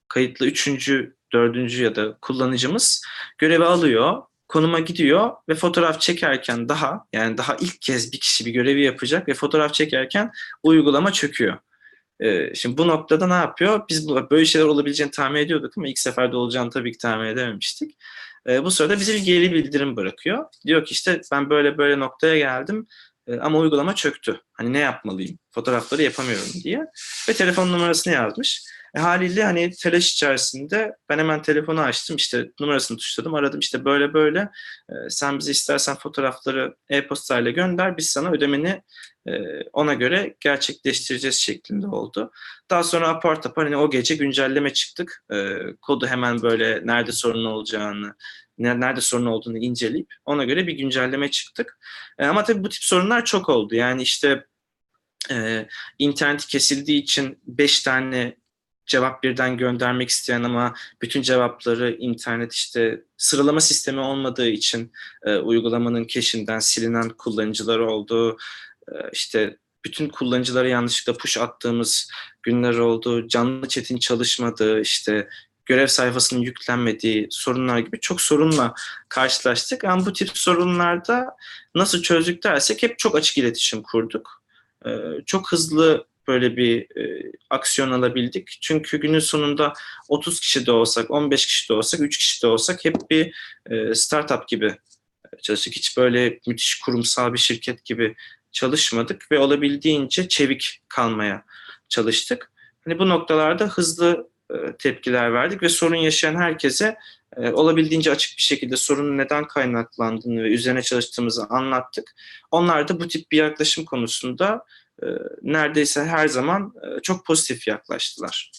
kayıtlı üçüncü, dördüncü ya da kullanıcımız görevi alıyor, konuma gidiyor ve fotoğraf çekerken yani daha ilk kez bir kişi bir görevi yapacak ve fotoğraf çekerken uygulama çöküyor. Şimdi bu noktada ne yapıyor? Biz böyle şeyler olabileceğini tahmin ediyorduk ama ilk seferde olacağını tabii ki tahmin edememiştik. Bu sırada bize bir geri bildirim bırakıyor. Diyor ki işte ben böyle böyle noktaya geldim ama uygulama çöktü. Hani ne yapmalıyım? Fotoğrafları yapamıyorum diye. Ve telefon numarasını yazmış. Haliyle hani telaş içerisinde ben hemen telefonu açtım, işte numarasını tuşladım, aradım, işte böyle böyle sen bize istersen fotoğrafları e-postayla gönder, biz sana ödemeni ona göre gerçekleştireceğiz şeklinde oldu. Daha sonra apar topar hani o gece güncelleme çıktık. Kodu hemen böyle nerede sorun olacağını, nerede sorun olduğunu inceleyip ona göre bir güncelleme çıktık. Ama tabii bu tip sorunlar çok oldu. Yani işte interneti kesildiği için 5 tane cevap birden göndermek isteyen ama bütün cevapları internet işte sıralama sistemi olmadığı için uygulamanın cache'inden silinen kullanıcılar oldu. İşte bütün kullanıcılara yanlışlıkla push attığımız günler oldu. Canlı chat'in çalışmadığı, işte görev sayfasının yüklenmediği sorunlar gibi çok sorunla karşılaştık. Ama bu tip sorunlarda nasıl çözdük dersek hep çok açık iletişim kurduk. Çok hızlı böyle bir aksiyon alabildik. Çünkü günün sonunda 30 kişi de olsak, 15 kişi de olsak, 3 kişi de olsak hep bir startup gibi çalıştık. Hiç böyle müthiş kurumsal bir şirket gibi çalışmadık ve olabildiğince çevik kalmaya çalıştık. Hani bu noktalarda hızlı tepkiler verdik ve sorun yaşayan herkese olabildiğince açık bir şekilde sorunun neden kaynaklandığını ve üzerine çalıştığımızı anlattık. Onlar da bu tip bir yaklaşım konusunda neredeyse her zaman çok pozitif yaklaştılar.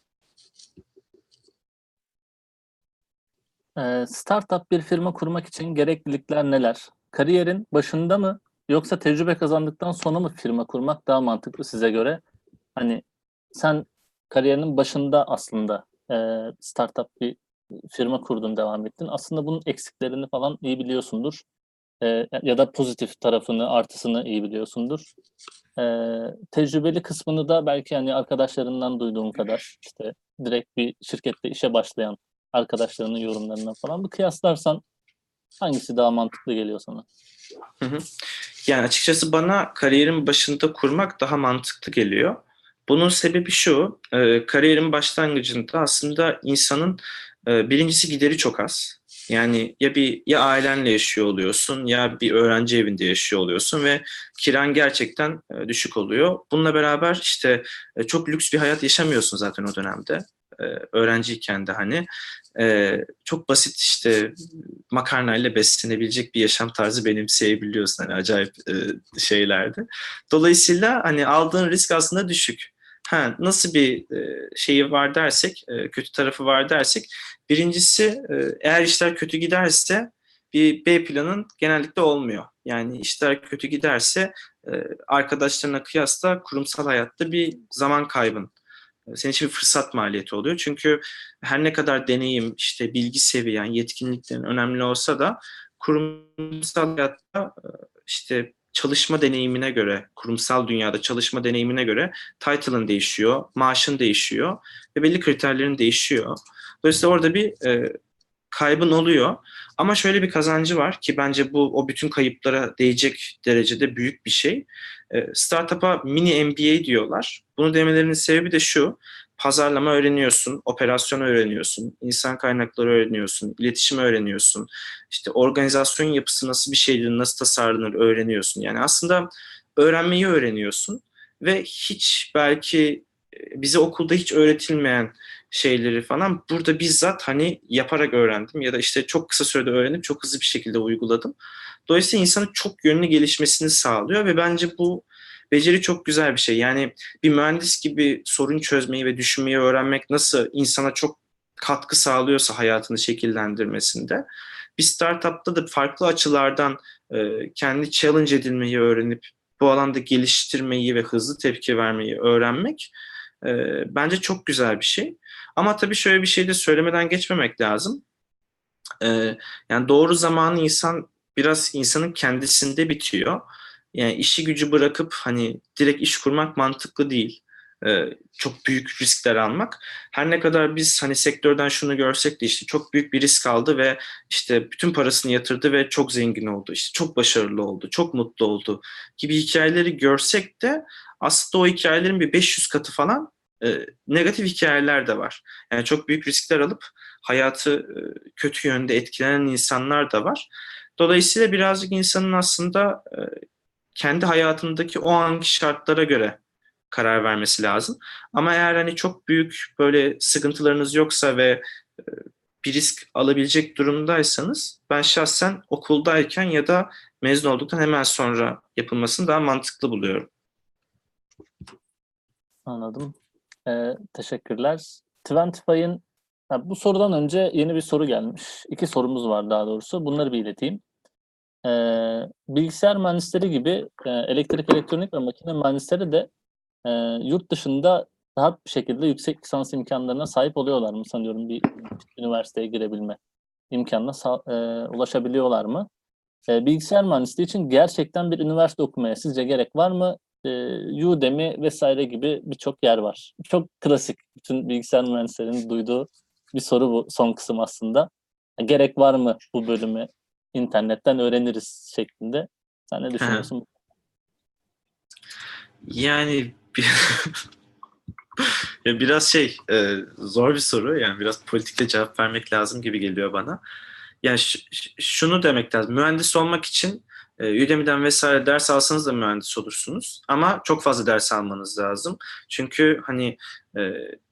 Startup bir firma kurmak için gereklilikler neler? Kariyerin başında mı yoksa tecrübe kazandıktan sonra mı firma kurmak daha mantıklı size göre? Hani sen kariyerinin başında aslında startup bir firma kurdun, devam ettin. Aslında bunun eksiklerini falan iyi biliyorsundur. Ya da pozitif tarafını, artısını iyi biliyorsundur. Tecrübeli kısmını da belki hani arkadaşlarından duyduğun kadar, işte direkt bir şirkette işe başlayan arkadaşlarının yorumlarından falan bir kıyaslarsan hangisi daha mantıklı geliyor sana? Hı hı. Yani açıkçası bana kariyerin başında kurmak daha mantıklı geliyor. Bunun sebebi şu, kariyerin başlangıcında aslında insanın birincisi gideri çok az. Yani ya ailenle yaşıyor oluyorsun ya bir öğrenci evinde yaşıyor oluyorsun ve kiran gerçekten düşük oluyor. Bununla beraber işte çok lüks bir hayat yaşamıyorsun zaten o dönemde. Öğrenciyken de hani çok basit işte makarnayla beslenebilecek bir yaşam tarzı benimseyebiliyorsun, hani acayip şeylerdi. Dolayısıyla hani aldığın risk aslında düşük. Nasıl bir şeyi var dersek, kötü tarafı var dersek, birincisi eğer işler kötü giderse bir B planın genellikle olmuyor. Yani işler kötü giderse arkadaşlarına kıyasla kurumsal hayatta bir zaman kaybın, senin için bir fırsat maliyeti oluyor. Çünkü her ne kadar deneyim, işte bilgi seviyen, yetkinliklerin önemli olsa da kurumsal hayatta işte çalışma deneyimine göre, kurumsal dünyada çalışma deneyimine göre title'ın değişiyor, maaşın değişiyor ve belli kriterlerin değişiyor. Dolayısıyla orada bir kaybın oluyor. Ama şöyle bir kazancı var ki bence bu o bütün kayıplara değecek derecede büyük bir şey. Startup'a mini MBA diyorlar. Bunu demelerinin sebebi de şu: pazarlama öğreniyorsun, operasyon öğreniyorsun, insan kaynakları öğreniyorsun, iletişim öğreniyorsun. İşte organizasyon yapısı nasıl bir şeydir, nasıl tasarlanır öğreniyorsun. Yani aslında öğrenmeyi öğreniyorsun ve hiç belki bize okulda hiç öğretilmeyen şeyleri falan burada bizzat hani yaparak öğrendim ya da işte çok kısa sürede öğrenip çok hızlı bir şekilde uyguladım. Dolayısıyla insanın çok yönlü gelişmesini sağlıyor ve bence bu beceri çok güzel bir şey. Yani bir mühendis gibi sorun çözmeyi ve düşünmeyi öğrenmek nasıl insana çok katkı sağlıyorsa hayatını şekillendirmesinde, bir startupta da farklı açılardan kendi challenge edilmeyi öğrenip bu alanda geliştirmeyi ve hızlı tepki vermeyi öğrenmek bence çok güzel bir şey. Ama tabii şöyle bir şey de söylemeden geçmemek lazım. Yani doğru zamanı biraz insanın kendisinde bitiyor. Yani işi gücü bırakıp hani direkt iş kurmak mantıklı değil. çok büyük riskler almak. Her ne kadar biz hani sektörden şunu görsek de işte çok büyük bir risk aldı ve işte bütün parasını yatırdı ve çok zengin oldu, işte çok başarılı oldu, çok mutlu oldu gibi hikayeleri görsek de aslında o hikayelerin bir 500 katı falan negatif hikayeler de var. Yani çok büyük riskler alıp hayatı kötü yönde etkilenen insanlar da var. Dolayısıyla birazcık insanın aslında kendi hayatındaki o anki şartlara göre karar vermesi lazım. Ama eğer hani çok büyük böyle sıkıntılarınız yoksa ve e, bir risk alabilecek durumdaysanız ben şahsen okuldayken ya da mezun olduktan hemen sonra yapılmasını daha mantıklı buluyorum. Anladım. Teşekkürler. Twentify'ın bu sorudan önce yeni bir soru gelmiş. 2 sorumuz var daha doğrusu. Bunları bir ileteyim. Bilgisayar mühendisleri gibi elektrik, elektronik ve makine mühendisleri de yurt dışında rahat bir şekilde yüksek lisans imkanlarına sahip oluyorlar mı sanıyorum, bir üniversiteye girebilme imkanına ulaşabiliyorlar mı? Bilgisayar mühendisliği için gerçekten bir üniversite okumaya sizce gerek var mı? Udemy vesaire gibi birçok yer var. Çok klasik. Bütün bilgisayar mühendislerinin duyduğu bir soru bu son kısım aslında. Gerek var mı bu bölümü internetten öğreniriz şeklinde. Sen ne düşünüyorsun? Yani ya biraz zor bir soru. Yani biraz politikle cevap vermek lazım gibi geliyor bana. Yani şunu demek lazım. Mühendis olmak için Udemy'den vesaire ders alsanız da mühendis olursunuz. Ama çok fazla ders almanız lazım. Çünkü hani e,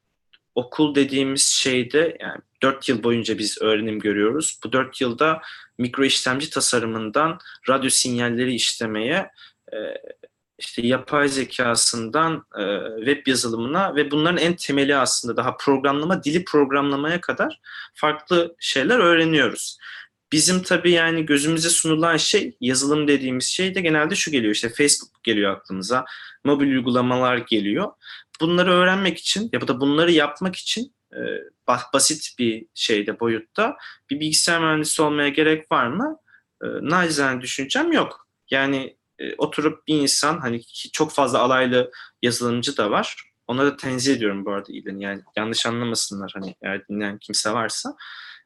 okul dediğimiz şeyde yani 4 yıl boyunca biz öğrenim görüyoruz. Bu 4 yılda mikro işlemci tasarımından radyo sinyalleri işlemeye, e, işte yapay zekasından web yazılımına ve bunların en temeli aslında daha programlama, dili programlamaya kadar farklı şeyler öğreniyoruz. Bizim tabii yani gözümüze sunulan şey, yazılım dediğimiz şey de genelde şu geliyor, işte Facebook geliyor aklımıza, mobil uygulamalar geliyor. Bunları öğrenmek için ya da bunları yapmak için basit bir şeyde, boyutta bir bilgisayar mühendisi olmaya gerek var mı? Nacizane düşüncem yok. Yani oturup bir insan, hani çok fazla alaylı yazılımcı da var. Ona da tenzih ediyorum bu arada İlhan. Yani yanlış anlamasınlar hani eğer dinleyen kimse varsa.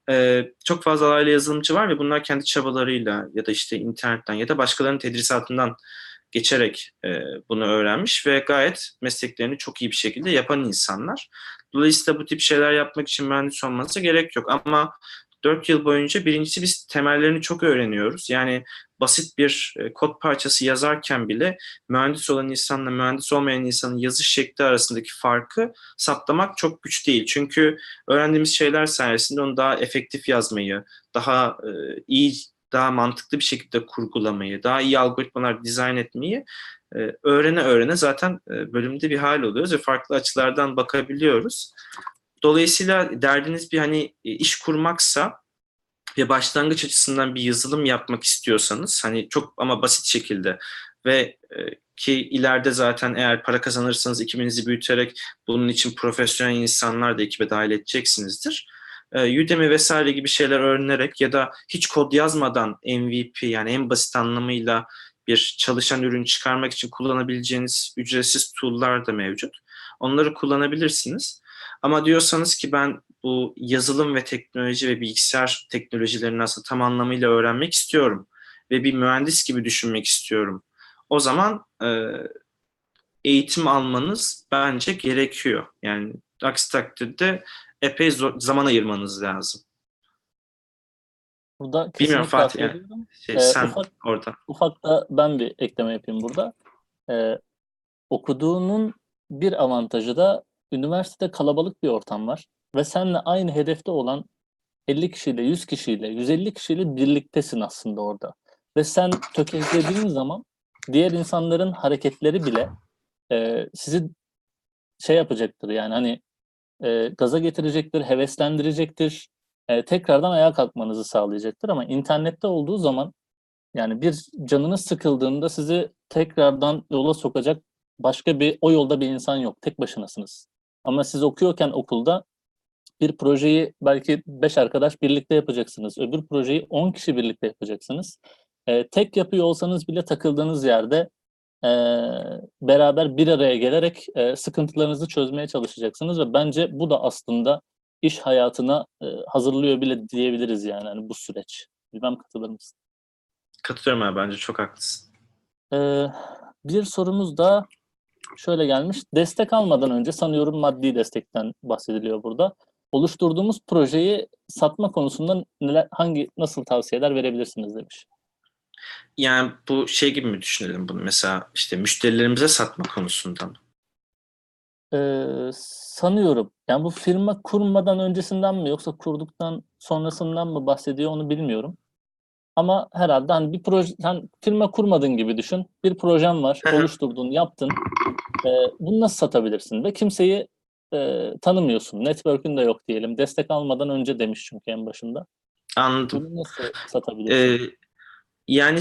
Çok fazla alaylı yazılımcı var ve bunlar kendi çabalarıyla ya da işte internetten ya da başkalarının tedrisatından geçerek bunu öğrenmiş ve gayet mesleklerini çok iyi bir şekilde yapan insanlar. Dolayısıyla bu tip şeyler yapmak için mühendis olması gerek yok. Ama 4 yıl boyunca birincisi biz temellerini çok öğreniyoruz. Yani basit bir kod parçası yazarken bile mühendis olan insanla mühendis olmayan insanın yazış şekli arasındaki farkı saptamak çok güç değil. Çünkü öğrendiğimiz şeyler sayesinde onu daha efektif yazmayı, daha iyi, daha mantıklı bir şekilde kurgulamayı, daha iyi algoritmalar dizayn etmeyi öğrene öğrene zaten bölümde bir hal oluyoruz ve farklı açılardan bakabiliyoruz. Dolayısıyla derdiniz bir hani iş kurmaksa ve başlangıç açısından bir yazılım yapmak istiyorsanız, hani çok ama basit şekilde ve ki ileride zaten eğer para kazanırsanız ekibinizi büyüterek bunun için profesyonel insanlar da ekibe dahil edeceksinizdir. Udemy vesaire gibi şeyler öğrenerek ya da hiç kod yazmadan MVP, yani en basit anlamıyla bir çalışan ürün çıkarmak için kullanabileceğiniz ücretsiz tool'lar da mevcut. Onları kullanabilirsiniz. Ama diyorsanız ki ben bu yazılım ve teknoloji ve bilgisayar teknolojilerini aslında tam anlamıyla öğrenmek istiyorum ve bir mühendis gibi düşünmek istiyorum. O zaman eğitim almanız bence gerekiyor. Yani aksi takdirde epey zaman ayırmanız lazım. Burada Bilmiyorum kesinlikle hak Fatih, yani veriyorum. sen Ufak orada. ufak da ben bir ekleme yapayım burada. Ee, Okuduğunun bir avantajı da üniversitede kalabalık bir ortam var ve seninle aynı hedefte olan 50 kişiyle, 100 kişiyle, 150 kişiyle birliktesin aslında orada. Ve sen tökezlediğin zaman diğer insanların hareketleri bile sizi şey yapacaktır, yani hani gaza getirecektir, heveslendirecektir, tekrardan ayağa kalkmanızı sağlayacaktır. Ama internette olduğu zaman, yani bir canınız sıkıldığında sizi tekrardan yola sokacak başka bir, o yolda bir insan yok. Tek başınasınız. Ama siz okuyorken okulda bir projeyi belki 5 arkadaş birlikte yapacaksınız. Öbür projeyi 10 kişi birlikte yapacaksınız. Tek yapıyor olsanız bile takıldığınız yerde beraber bir araya gelerek sıkıntılarınızı çözmeye çalışacaksınız ve bence bu da aslında iş hayatına hazırlıyor bile diyebiliriz yani hani bu süreç. Bilmem katılır mısın? Katılıyorum abi, bence çok haklısın. Bir sorumuz da şöyle gelmiş. Destek almadan önce sanıyorum maddi destekten bahsediliyor burada. Oluşturduğumuz projeyi satma konusunda nasıl tavsiyeler verebilirsiniz demiş. Yani bu şey gibi mi düşünelim bunu? Mesela işte müşterilerimize satma konusundan. Sanıyorum. Yani bu firma kurmadan öncesinden mi yoksa kurduktan sonrasından mı bahsediyor onu bilmiyorum. Ama herhalde hani bir proje, sen firma kurmadın gibi düşün. Bir projen var, oluşturdun, yaptın. Bunu nasıl satabilirsin? Ve kimseyi tanımıyorsun. Network'ün de yok diyelim. Destek almadan önce demiş çünkü en başında. Anladım. Bunu nasıl satabilirsin? Yani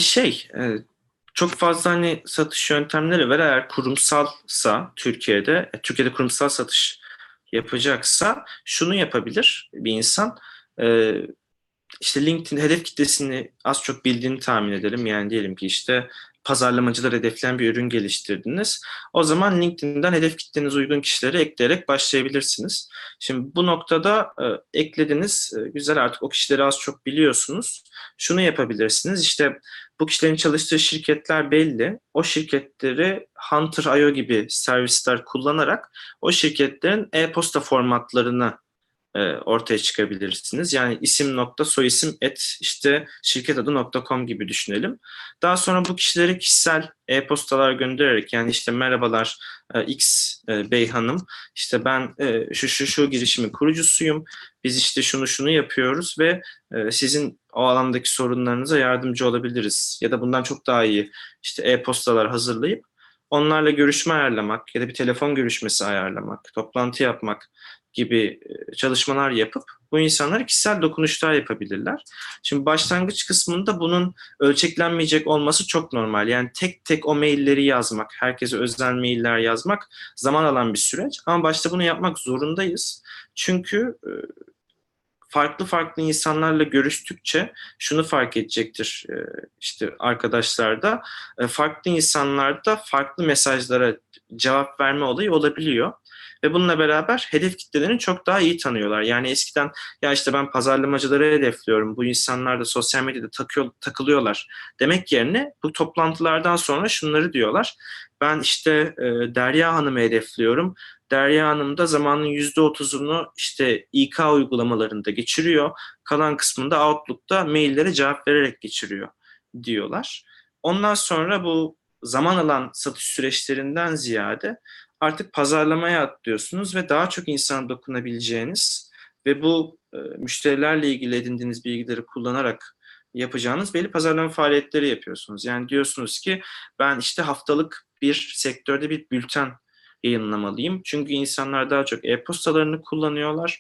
çok fazla hani satış yöntemleri var. Eğer kurumsalsa Türkiye'de kurumsal satış yapacaksa şunu yapabilir bir insan. E, işte LinkedIn hedef kitlesini az çok bildiğini tahmin edelim. Yani diyelim ki işte pazarlamacılar hedefleyen bir ürün geliştirdiniz. O zaman LinkedIn'den hedef kitlenize uygun kişileri ekleyerek başlayabilirsiniz. Şimdi bu noktada eklediniz. Güzel, artık o kişileri az çok biliyorsunuz. Şunu yapabilirsiniz. İşte bu kişilerin çalıştığı şirketler belli. O şirketleri Hunter.io gibi servisler kullanarak o şirketlerin e-posta formatlarını ortaya çıkabilirsiniz. Yani isim nokta soyisim et işte şirket adı .com gibi düşünelim. Daha sonra bu kişilere kişisel e-postalar göndererek, yani işte merhabalar X Bey Hanım, işte ben şu girişimin kurucusuyum. Biz işte şunu yapıyoruz ve sizin o alandaki sorunlarınıza yardımcı olabiliriz. Ya da bundan çok daha iyi işte e-postalar hazırlayıp onlarla görüşme ayarlamak ya da bir telefon görüşmesi ayarlamak, toplantı yapmak gibi çalışmalar yapıp bu insanlara kişisel dokunuşlar yapabilirler. Şimdi başlangıç kısmında bunun ölçeklenmeyecek olması çok normal. Yani tek tek o mailleri yazmak, herkese özel mailler yazmak zaman alan bir süreç. Ama başta bunu yapmak zorundayız. Çünkü farklı farklı insanlarla görüştükçe şunu fark edecektir işte arkadaşlar da, farklı insanlarda farklı mesajlara cevap verme olayı olabiliyor. Ve bununla beraber hedef kitlelerini çok daha iyi tanıyorlar. Yani eskiden ya işte ben pazarlamacıları hedefliyorum, bu insanlar da sosyal medyada takılıyorlar demek yerine bu toplantılardan sonra şunları diyorlar. Ben işte Derya Hanım'ı hedefliyorum. Derya Hanım da zamanın %30'unu işte İK uygulamalarında geçiriyor. Kalan kısmında Outlook'ta maillere cevap vererek geçiriyor diyorlar. Ondan sonra bu zaman alan satış süreçlerinden ziyade artık pazarlamaya atlıyorsunuz ve daha çok insana dokunabileceğiniz ve bu müşterilerle ilgili edindiğiniz bilgileri kullanarak yapacağınız belli pazarlama faaliyetleri yapıyorsunuz. Yani diyorsunuz ki ben işte haftalık bir sektörde bir bülten yayınlamalıyım. Çünkü insanlar daha çok e-postalarını kullanıyorlar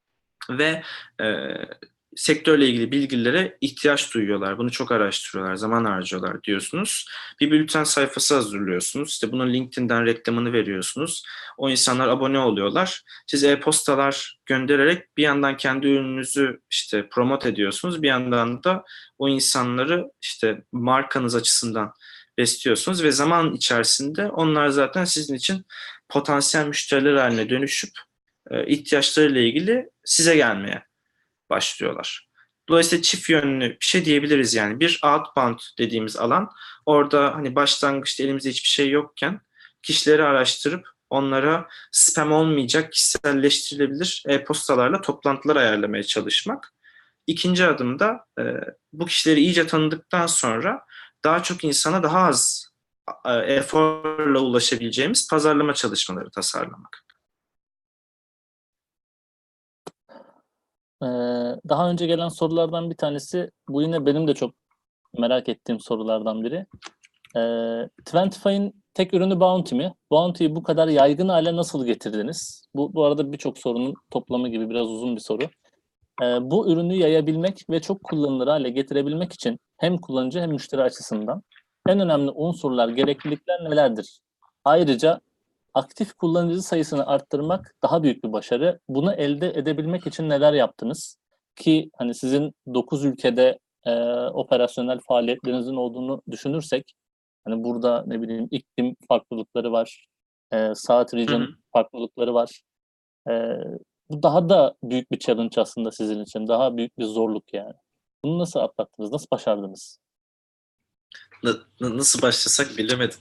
ve e, sektörle ilgili bilgilere ihtiyaç duyuyorlar. Bunu çok araştırıyorlar, zaman harcıyorlar diyorsunuz. Bir bülten sayfası hazırlıyorsunuz. İşte bunun LinkedIn'den reklamını veriyorsunuz. O insanlar abone oluyorlar. Siz e-postalar göndererek bir yandan kendi ürününüzü işte promote ediyorsunuz. Bir yandan da o insanları işte markanız açısından besliyorsunuz ve zaman içerisinde onlar zaten sizin için potansiyel müşteriler haline dönüşüp ihtiyaçlarıyla ilgili size gelmeye başlıyorlar. Dolayısıyla çift yönlü bir şey diyebiliriz yani. Bir outbound dediğimiz alan, orada hani başlangıçta elimizde hiçbir şey yokken kişileri araştırıp onlara spam olmayacak kişiselleştirilebilir e-postalarla toplantılar ayarlamaya çalışmak. İkinci adımda bu kişileri iyice tanıdıktan sonra daha çok insana daha az eforla ulaşabileceğimiz pazarlama çalışmaları tasarlamak. Ee, Daha önce gelen sorulardan bir tanesi, bu yine benim de çok merak ettiğim sorulardan biri. Twentify'ın tek ürünü Bounty mi? Bounty'yi bu kadar yaygın hale nasıl getirdiniz? Bu arada birçok sorunun toplamı gibi biraz uzun bir soru. Bu ürünü yayabilmek ve çok kullanılır hale getirebilmek için hem kullanıcı hem müşteri açısından en önemli unsurlar, gereklilikler nelerdir? Ayrıca aktif kullanıcı sayısını arttırmak daha büyük bir başarı. Bunu elde edebilmek için neler yaptınız? Ki hani sizin 9 ülkede operasyonel faaliyetlerinizin olduğunu düşünürsek Hani burada ne bileyim iklim farklılıkları var, saat Hı hı. region farklılıkları var. E, Bu daha da büyük bir challenge aslında sizin için. Daha büyük bir zorluk yani. Bunu nasıl atlattınız? Nasıl başardınız? Nasıl başlasak bilemedim.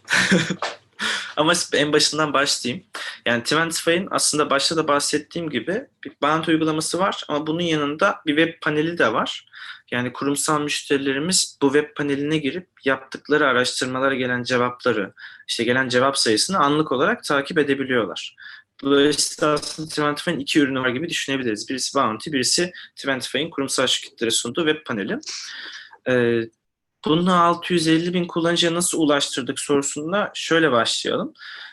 Ama en başından başlayayım. Yani Twentify'ın aslında başta da bahsettiğim gibi bir Bounty uygulaması var ama bunun yanında bir web paneli de var. Yani kurumsal müşterilerimiz bu web paneline girip yaptıkları araştırmalara gelen cevapları, işte gelen cevap sayısını anlık olarak takip edebiliyorlar. Dolayısıyla aslında Twentify'ın iki ürünü var gibi düşünebiliriz. Birisi Bounty, birisi Twentify'ın kurumsal şirketlere sunduğu web paneli. Ee, Bunu 650 bin kullanıcıya nasıl ulaştırdık sorusunda şöyle başlayalım.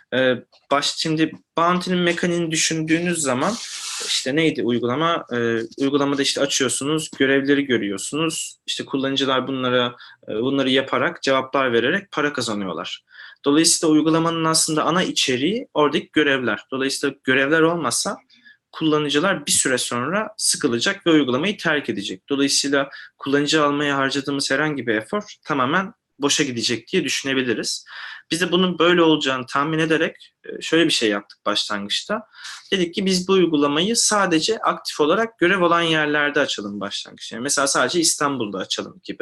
Şimdi Bounty'nin mekaniğini düşündüğünüz zaman işte neydi uygulama? Uygulamada işte açıyorsunuz, görevleri görüyorsunuz. İşte kullanıcılar bunları yaparak, cevaplar vererek para kazanıyorlar. Dolayısıyla uygulamanın aslında ana içeriği oradaki görevler. Dolayısıyla görevler olmasa kullanıcılar bir süre sonra sıkılacak ve uygulamayı terk edecek. Dolayısıyla kullanıcı almaya harcadığımız herhangi bir efor tamamen boşa gidecek diye düşünebiliriz. Biz de bunun böyle olacağını tahmin ederek şöyle bir şey yaptık başlangıçta. Dedik ki biz bu uygulamayı sadece aktif olarak görev olan yerlerde açalım başlangıçta. Yani mesela sadece İstanbul'da açalım gibi.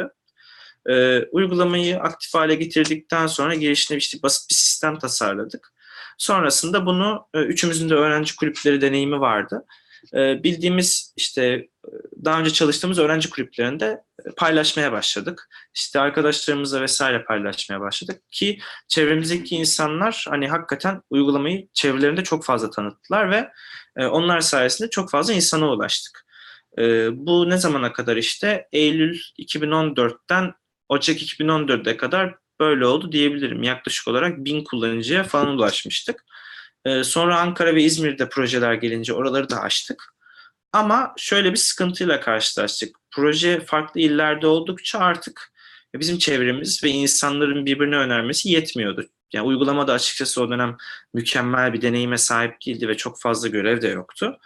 Uygulamayı aktif hale getirdikten sonra girişine işte basit bir sistem tasarladık. Sonrasında bunu üçümüzün de öğrenci kulüpleri deneyimi vardı. Bildiğimiz işte daha önce çalıştığımız öğrenci kulüplerinde paylaşmaya başladık. İşte arkadaşlarımızla vesaire paylaşmaya başladık ki çevremizdeki insanlar hani hakikaten uygulamayı çevrelerinde çok fazla tanıttılar ve onlar sayesinde çok fazla insana ulaştık. Bu ne zamana kadar işte Eylül 2014'ten Ocak 2014'e kadar böyle oldu diyebilirim. Yaklaşık olarak 1000 kullanıcıya falan ulaşmıştık. Sonra Ankara ve İzmir'de projeler gelince oraları da açtık. Ama şöyle bir sıkıntıyla karşılaştık. Proje farklı illerde oldukça artık bizim çevremiz ve insanların birbirine önermesi yetmiyordu. Yani uygulamada açıkçası o dönem mükemmel bir deneyime sahip değildi ve çok fazla görev de yoktu.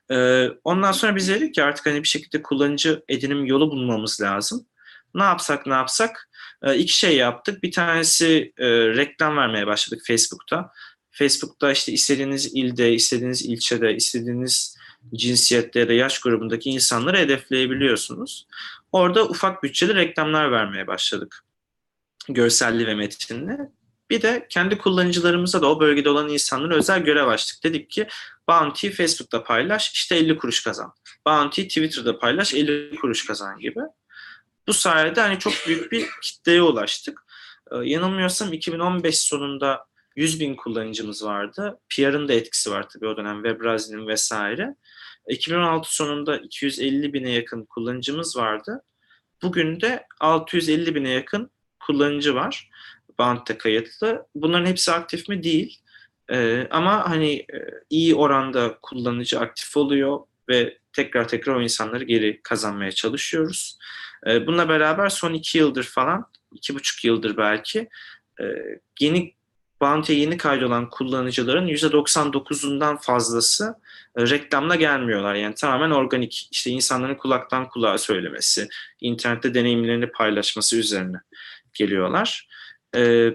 Ondan sonra biz dedik ki artık hani bir şekilde kullanıcı edinim yolu bulmamız lazım. Ne yapsak? İki şey yaptık. Bir tanesi reklam vermeye başladık Facebook'ta. Facebook'ta işte istediğiniz ilde, istediğiniz ilçede, istediğiniz cinsiyette ya da yaş grubundaki insanları hedefleyebiliyorsunuz. Orada ufak bütçeli reklamlar vermeye başladık. Görselli ve metinli. Bir de kendi kullanıcılarımıza da o bölgede olan insanlara özel görev açtık. Dedik ki Bounty Facebook'ta paylaş işte 50 kuruş kazan. Bounty Twitter'da paylaş 50 kuruş kazan gibi. Bu sayede hani çok büyük bir kitleye ulaştık. Yanılmıyorsam 2015 sonunda 100 bin kullanıcımız vardı. PR'ın da etkisi var tabii o dönem Webrazi'nin vesaire. 2016 sonunda 250 bine yakın kullanıcımız vardı. Bugün de 650 bine yakın kullanıcı var Bounty'de kayıtlı. Bunların hepsi aktif mi? Değil. Ama hani iyi oranda kullanıcı aktif oluyor ve tekrar tekrar o insanları geri kazanmaya çalışıyoruz. Bununla beraber son 2 yıldır falan, 2,5 yıldır belki e, yeni Bounty'ye yeni kaydolan kullanıcıların %99'undan fazlası reklamla gelmiyorlar. Yani tamamen organik, işte insanların kulaktan kulağa söylemesi, internette deneyimlerini paylaşması üzerine geliyorlar. Ee,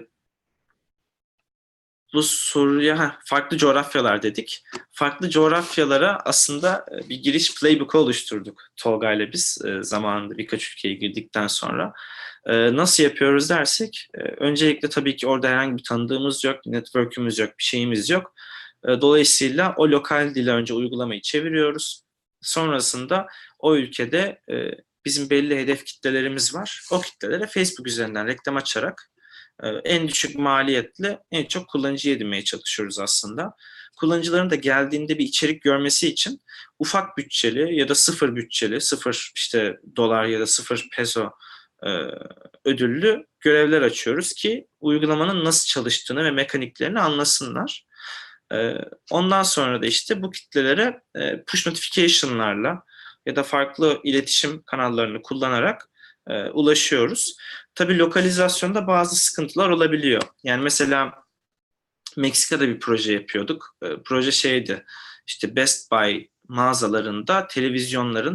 Bu soruya farklı coğrafyalar dedik. Farklı coğrafyalara aslında bir giriş playbook'u oluşturduk Tolga ile biz zamanında birkaç ülkeye girdikten sonra. Nasıl yapıyoruz dersek, öncelikle tabii ki orada herhangi bir tanıdığımız yok, network'ümüz yok, bir şeyimiz yok. Dolayısıyla o lokal dile önce uygulamayı çeviriyoruz. Sonrasında o ülkede bizim belli hedef kitlelerimiz var. O kitlelere Facebook üzerinden reklam açarak en düşük maliyetle en çok kullanıcı edinmeye çalışıyoruz aslında. Kullanıcıların da geldiğinde bir içerik görmesi için ufak bütçeli ya da sıfır bütçeli, sıfır işte dolar ya da sıfır peso e, ödüllü görevler açıyoruz ki uygulamanın nasıl çalıştığını ve mekaniklerini anlasınlar. Ondan sonra da işte bu kitlelere push notification'larla ya da farklı iletişim kanallarını kullanarak ulaşıyoruz. Tabii lokalizasyonda bazı sıkıntılar olabiliyor. Yani mesela Meksika'da bir proje yapıyorduk. Proje şeydi, işte Best Buy mağazalarında televizyonların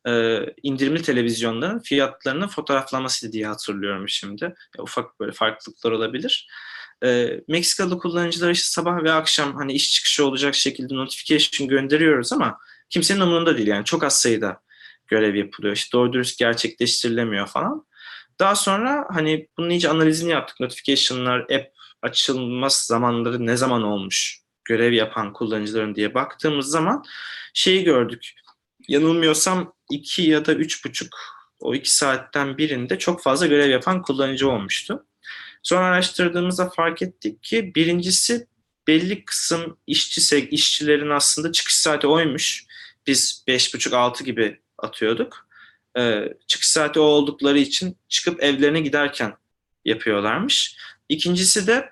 indirimli televizyonların fiyatlarının fotoğraflamasıydı diye hatırlıyorum şimdi. Ufak böyle farklılıklar olabilir. Meksikalı kullanıcılar işte sabah ve akşam hani iş çıkışı olacak şekilde notification gönderiyoruz ama kimsenin umurunda değil yani çok az sayıda görev yapılıyor. İşte doğru dürüst gerçekleştirilemiyor falan. Daha sonra hani bunun iyice analizini yaptık. Notification'lar, app açılmaz zamanları ne zaman olmuş görev yapan kullanıcıların diye baktığımız zaman şeyi gördük. Yanılmıyorsam 2 ya da 3,5 o 2 saatten birinde çok fazla görev yapan kullanıcı olmuştu. Sonra araştırdığımızda fark ettik ki birincisi belli kısım işçilerin aslında çıkış saati oymuş. Biz 5,5-6 gibi atıyorduk. Çıkış saati o oldukları için çıkıp evlerine giderken yapıyorlarmış. İkincisi de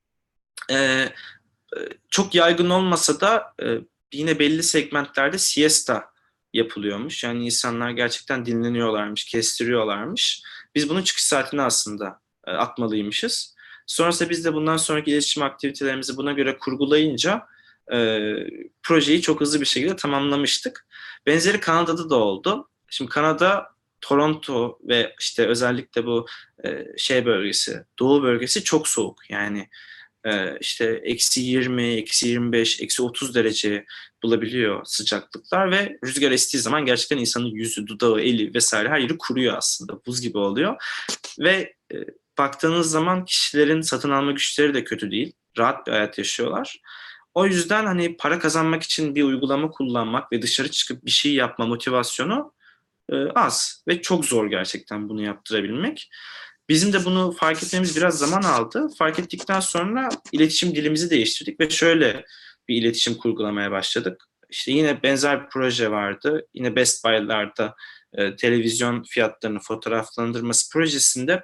e, çok yaygın olmasa da yine belli segmentlerde siesta yapılıyormuş. Yani insanlar gerçekten dinleniyorlarmış, kestiriyorlarmış. Biz bunun çıkış saatini aslında atmalıymışız. Sonrasında biz de bundan sonraki iletişim aktivitelerimizi buna göre kurgulayınca projeyi çok hızlı bir şekilde tamamlamıştık. Benzeri Kanada'da da oldu. Şimdi Kanada, Toronto ve işte özellikle bu şey bölgesi, doğu bölgesi çok soğuk. Yani işte -20, -25, -30 derece bulabiliyor sıcaklıklar ve rüzgar estiği zaman gerçekten insanın yüzü, dudağı, eli vesaire her yeri kuruyor aslında. Buz gibi oluyor. Ve baktığınız zaman kişilerin satın alma güçleri de kötü değil. Rahat bir hayat yaşıyorlar. O yüzden hani para kazanmak için bir uygulama kullanmak ve dışarı çıkıp bir şey yapma motivasyonu az ve çok zor gerçekten bunu yaptırabilmek. Bizim de bunu fark etmemiz biraz zaman aldı. Fark ettikten sonra iletişim dilimizi değiştirdik ve şöyle bir iletişim kurgulamaya başladık. İşte yine benzer bir proje vardı. Yine Best Buy'larda televizyon fiyatlarını fotoğraflandırması projesinde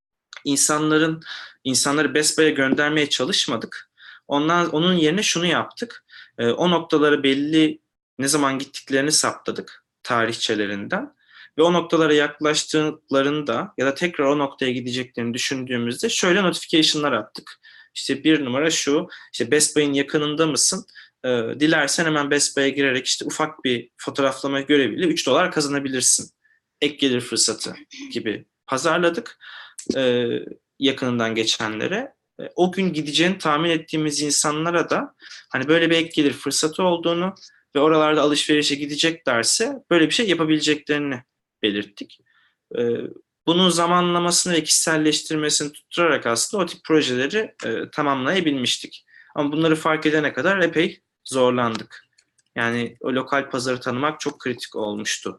insanları Best Buy'a göndermeye çalışmadık. Onun yerine şunu yaptık. O noktaları belli ne zaman gittiklerini saptadık tarihçelerinden. Ve o noktalara yaklaştıklarında ya da tekrar o noktaya gideceklerini düşündüğümüzde şöyle notification'lar attık. İşte bir numara şu, işte Best Buy'in yakınında mısın? Dilersen hemen Best Buy'a girerek işte ufak bir fotoğraflama göreviyle $3 kazanabilirsin. Ek gelir fırsatı gibi pazarladık yakınından geçenlere. O gün gideceğini tahmin ettiğimiz insanlara da hani böyle bir ek gelir fırsatı olduğunu ve oralarda alışverişe gideceklerse böyle bir şey yapabileceklerini belirttik. Bunun zamanlamasını ve kişiselleştirmesini tutturarak aslında o tip projeleri tamamlayabilmiştik. Ama bunları fark edene kadar epey zorlandık. Yani o lokal pazarı tanımak çok kritik olmuştu.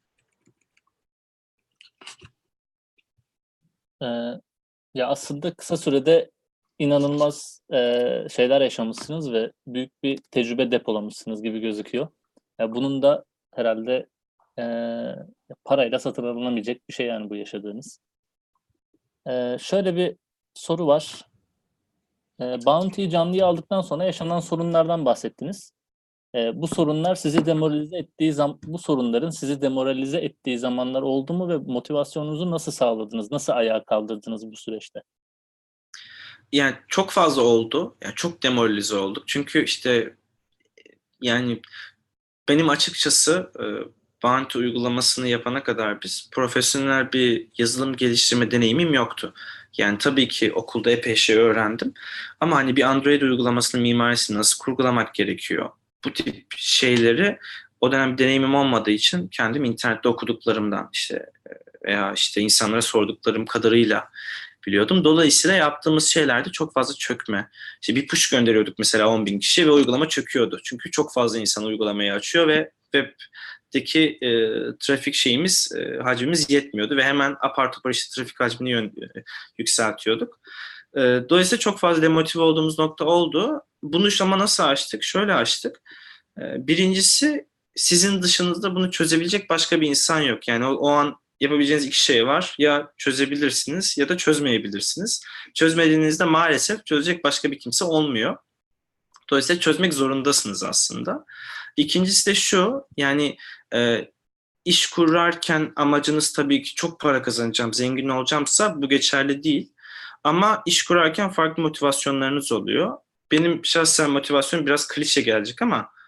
Ee, Ya aslında kısa sürede inanılmaz şeyler yaşamışsınız ve büyük bir tecrübe depolamışsınız gibi gözüküyor. Ya bunun da herhalde e, parayla satın alınamayacak bir şey yani bu yaşadığınız. Şöyle bir soru var. Bounty'yi canlıya aldıktan sonra yaşanan sorunlardan bahsettiniz. Bu sorunlar sizi demoralize ettiği bu sorunların sizi demoralize ettiği zamanlar oldu mu ve motivasyonunuzu nasıl sağladınız? Nasıl ayağa kaldırdınız bu süreçte? Yani çok fazla oldu. Yani çok demoralize olduk. Çünkü işte yani benim açıkçası Bounty uygulamasını yapana kadar biz profesyonel bir yazılım geliştirme deneyimim yoktu. Yani tabii ki okulda epey şey öğrendim. Ama hani bir Android uygulamasının mimarisini nasıl kurgulamak gerekiyor? Bu tip şeyleri o dönem bir deneyimim olmadığı için kendim internette okuduklarımdan işte veya işte insanlara sorduklarım kadarıyla biliyordum. Dolayısıyla yaptığımız şeylerde çok fazla çökme. İşte bir push gönderiyorduk mesela 10.000 kişiye ve uygulama çöküyordu. Çünkü çok fazla insan uygulamayı açıyor ve webdeki trafik hacmimiz yetmiyordu ve hemen apar topar işte trafik hacmini yükseltiyorduk. Dolayısıyla çok fazla demotive olduğumuz nokta oldu. Bunu ama nasıl aştık? Şöyle aştık. Birincisi sizin dışınızda bunu çözebilecek başka bir insan yok. Yani o an yapabileceğiniz iki şey var. Ya çözebilirsiniz ya da çözmeyebilirsiniz. Çözmediğinizde maalesef çözecek başka bir kimse olmuyor. Dolayısıyla çözmek zorundasınız aslında. İkincisi de şu, yani iş kurarken amacınız tabii ki çok para kazanacağım, zengin olacağımsa bu geçerli değil. Ama iş kurarken farklı motivasyonlarınız oluyor. Benim şahsen motivasyonum biraz klişe gelecek ama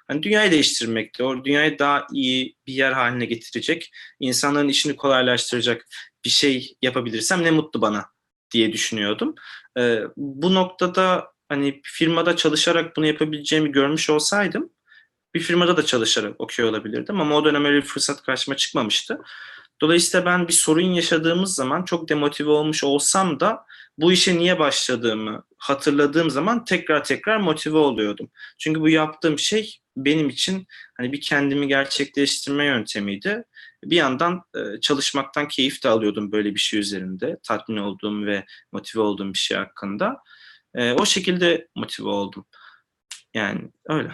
hani dünyayı değiştirmekte, o dünyayı daha iyi bir yer haline getirecek, insanların işini kolaylaştıracak bir şey yapabilirsem ne mutlu bana diye düşünüyordum. Bu noktada hani firmada çalışarak bunu yapabileceğimi görmüş olsaydım bir firmada da çalışarak okuyor olabilirdim ama o dönem öyle bir fırsat karşıma çıkmamıştı. Dolayısıyla ben bir sorun yaşadığımız zaman çok demotive olmuş olsam da bu işe niye başladığımı hatırladığım zaman tekrar tekrar motive oluyordum. Çünkü bu yaptığım şey benim için hani bir kendimi gerçekleştirme yöntemiydi. Bir yandan çalışmaktan keyif de alıyordum böyle bir şey üzerinde. Tatmin olduğum ve motive olduğum bir şey hakkında. O şekilde motive oldum. Yani öyle.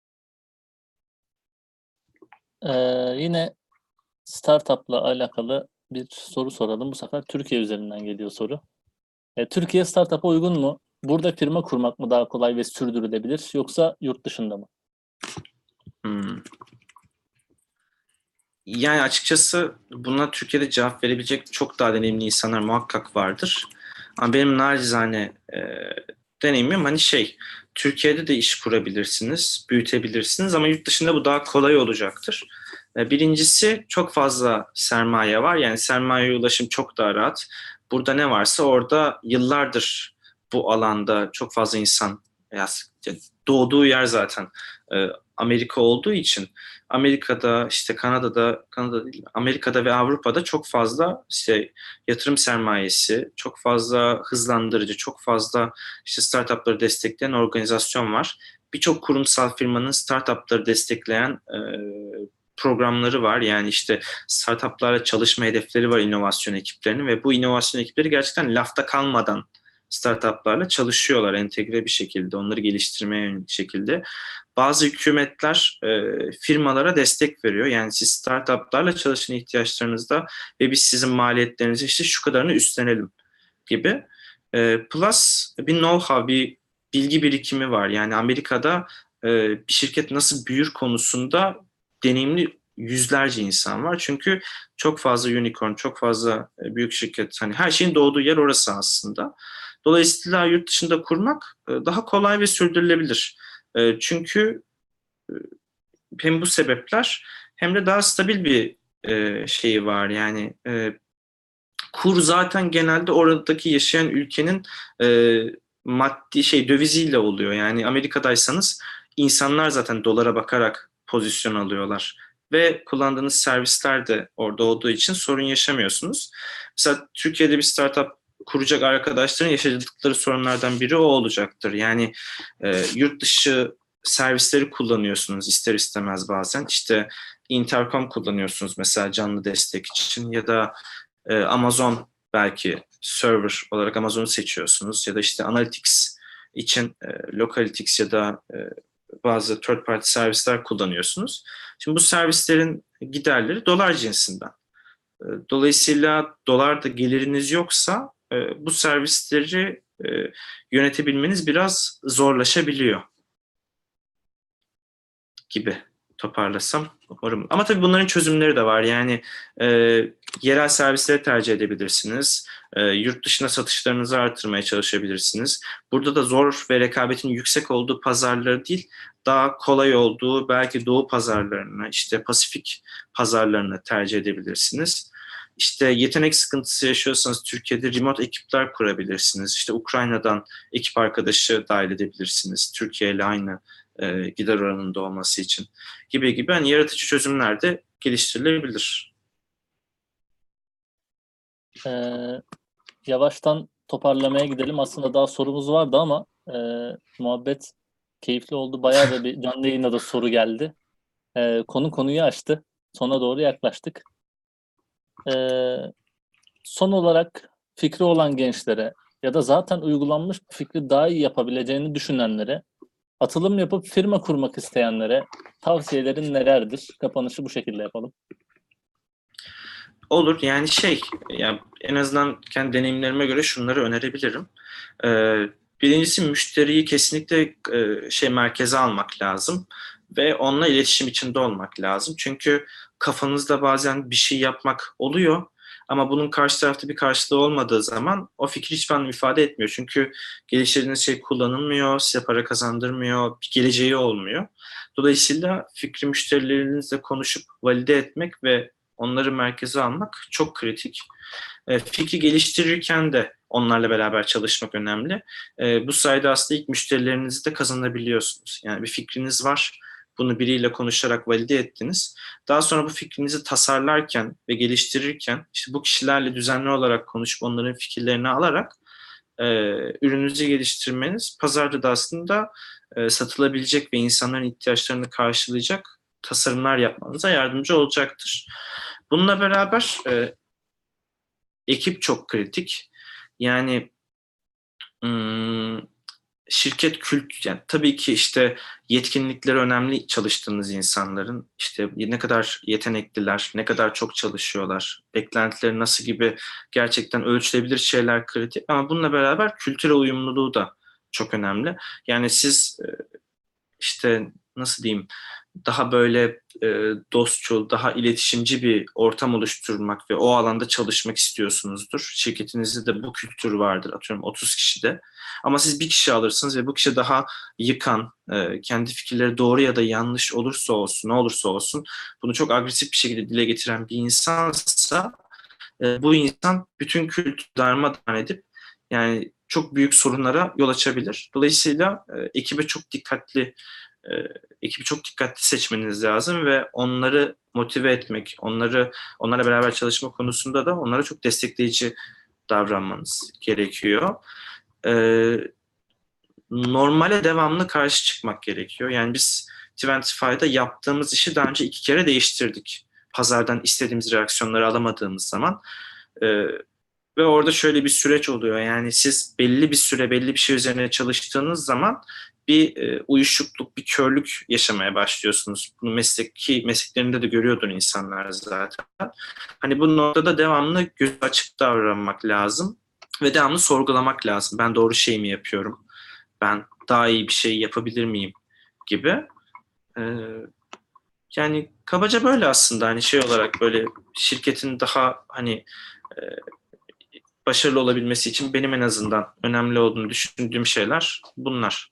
Yine startup'la alakalı bir soru soralım. Bu sefer Türkiye üzerinden geliyor soru. Türkiye startup'a uygun mu? Burada firma kurmak mı daha kolay ve sürdürülebilir yoksa yurt dışında mı? Hmm. Yani açıkçası buna Türkiye'de cevap verebilecek çok daha deneyimli insanlar muhakkak vardır. Ama benim nacizane deneyimim hani Türkiye'de de iş kurabilirsiniz, büyütebilirsiniz ama yurt dışında bu daha kolay olacaktır. Birincisi çok fazla sermaye var. Yani sermayeye ulaşım çok daha rahat. Burada ne varsa orada yıllardır bu alanda çok fazla insan doğduğu yer zaten Amerika olduğu için Amerika'da işte Kanada değil, Amerika'da ve Avrupa'da çok fazla işte yatırım sermayesi, çok fazla hızlandırıcı, çok fazla işte startupları destekleyen organizasyon var. Birçok kurumsal firmanın startupları destekleyen programları var. Yani işte startuplarla çalışma hedefleri var inovasyon ekiplerinin ve bu inovasyon ekipleri gerçekten lafta kalmadan startuplarla çalışıyorlar entegre bir şekilde, onları geliştirmeye yönelik şekilde. Bazı hükümetler firmalara destek veriyor. Yani siz startuplarla çalışın ihtiyaçlarınızda ve biz sizin maliyetlerinizi işte şu kadarını üstlenelim gibi. Plus bir know-how, bir bilgi birikimi var. Yani Amerika'da bir şirket nasıl büyür konusunda deneyimli yüzlerce insan var. Çünkü çok fazla unicorn, çok fazla büyük şirket, hani her şeyin doğduğu yer orası aslında. Dolayısıyla yurt dışında kurmak daha kolay ve sürdürülebilir. Çünkü hem bu sebepler hem de daha stabil bir şeyi var. Yani kur zaten genelde oradaki yaşayan ülkenin maddi döviziyle oluyor. Yani Amerika'daysanız insanlar zaten dolara bakarak pozisyon alıyorlar ve kullandığınız servisler de orada olduğu için sorun yaşamıyorsunuz. Mesela Türkiye'de bir startup kuracak arkadaşların yaşadıkları sorunlardan biri o olacaktır. Yani yurt dışı servisleri kullanıyorsunuz ister istemez bazen. İşte intercom kullanıyorsunuz mesela canlı destek için ya da Amazon belki server olarak Amazon'u seçiyorsunuz ya da işte Analytics için Localytics ya da bazı third party servisler kullanıyorsunuz. Şimdi bu servislerin giderleri dolar cinsinden. Dolayısıyla dolarda geliriniz yoksa bu servisleri yönetebilmeniz biraz zorlaşabiliyor gibi toparlasam umarım. Ama tabii bunların çözümleri de var. Yani e, yerel servisleri tercih edebilirsiniz. Yurt dışına satışlarınızı artırmaya çalışabilirsiniz. Burada da zor ve rekabetin yüksek olduğu pazarları değil, daha kolay olduğu belki doğu pazarlarını, işte Pasifik pazarlarını tercih edebilirsiniz. İşte yetenek sıkıntısı yaşıyorsanız Türkiye'de remote ekipler kurabilirsiniz. İşte Ukrayna'dan ekip arkadaşı dahil edebilirsiniz. Türkiye ile aynı gider oranında olması için gibi hani yaratıcı çözümler de geliştirilebilir. Yavaştan toparlamaya gidelim. Aslında daha sorumuz vardı ama muhabbet keyifli oldu. Bayağı da bir canlı yayına da soru geldi. Konu konuyu açtı. Sona doğru yaklaştık. Ee, Son olarak fikri olan gençlere ya da zaten uygulanmış bu fikri daha iyi yapabileceğini düşünenlere, atılım yapıp firma kurmak isteyenlere tavsiyelerin nelerdir? Kapanışı bu şekilde yapalım. Olur yani yani en azından kendi deneyimlerime göre şunları önerebilirim. Birincisi müşteriyi kesinlikle merkeze almak lazım ve onunla iletişim içinde olmak lazım. Çünkü kafanızda bazen bir şey yapmak oluyor Ama bunun karşı tarafta bir karşılığı olmadığı zaman o fikir hiçbir anlam ifade etmiyor. Çünkü geliştirdiğiniz şey kullanılmıyor, size para kazandırmıyor, bir geleceği olmuyor. Dolayısıyla fikri müşterilerinizle konuşup valide etmek ve onları merkeze almak çok kritik. Fikri geliştirirken de onlarla beraber çalışmak önemli. Bu sayede aslında ilk müşterilerinizi de kazanabiliyorsunuz. Yani bir fikriniz var, bunu biriyle konuşarak valide ettiniz. Daha sonra bu fikrinizi tasarlarken ve geliştirirken işte bu kişilerle düzenli olarak konuşup onların fikirlerini alarak ürününüzü geliştirmeniz pazarda da aslında satılabilecek ve insanların ihtiyaçlarını karşılayacak tasarımlar yapmanıza yardımcı olacaktır. Bununla beraber ekip çok kritik. Yani şirket yani tabii ki işte yetkinlikleri önemli çalıştığınız insanların, işte ne kadar yetenekliler, ne kadar çok çalışıyorlar, beklentileri nasıl gibi gerçekten ölçülebilir şeyler kritik, ama bununla beraber kültüre uyumluluğu da çok önemli. Yani siz işte nasıl diyeyim, daha böyle dostçul, daha iletişimci bir ortam oluşturmak ve o alanda çalışmak istiyorsunuzdur. Şirketinizde de bu kültür vardır, atıyorum 30 kişide. Ama siz bir kişi alırsınız ve bu kişi daha yıkan, kendi fikirleri doğru ya da yanlış olursa olsun, ne olursa olsun bunu çok agresif bir şekilde dile getiren bir insansa bu insan bütün kültürü darmadağın edip yani çok büyük sorunlara yol açabilir. Dolayısıyla e, ekibi çok dikkatli seçmeniz lazım ve onları motive etmek, onlarla beraber çalışma konusunda da onlara çok destekleyici davranmanız gerekiyor. Normale devamlı karşı çıkmak gerekiyor. Yani biz Twentify'da yaptığımız işi daha önce 2 kere değiştirdik. Pazardan istediğimiz reaksiyonları alamadığımız zaman. Ve orada şöyle bir süreç oluyor. Yani siz belli bir süre belli bir şey üzerine çalıştığınız zaman bir uyuşukluk, bir körlük yaşamaya başlıyorsunuz. Bunu mesleklerinde de görüyordur insanlar zaten. Hani bu noktada devamlı göz açık davranmak lazım ve devamlı sorgulamak lazım. Ben doğru şey mi yapıyorum? Ben daha iyi bir şey yapabilir miyim gibi. Yani kabaca böyle aslında, hani şey olarak böyle şirketin daha hani e, başarılı olabilmesi için benim en azından önemli olduğunu düşündüğüm şeyler bunlar.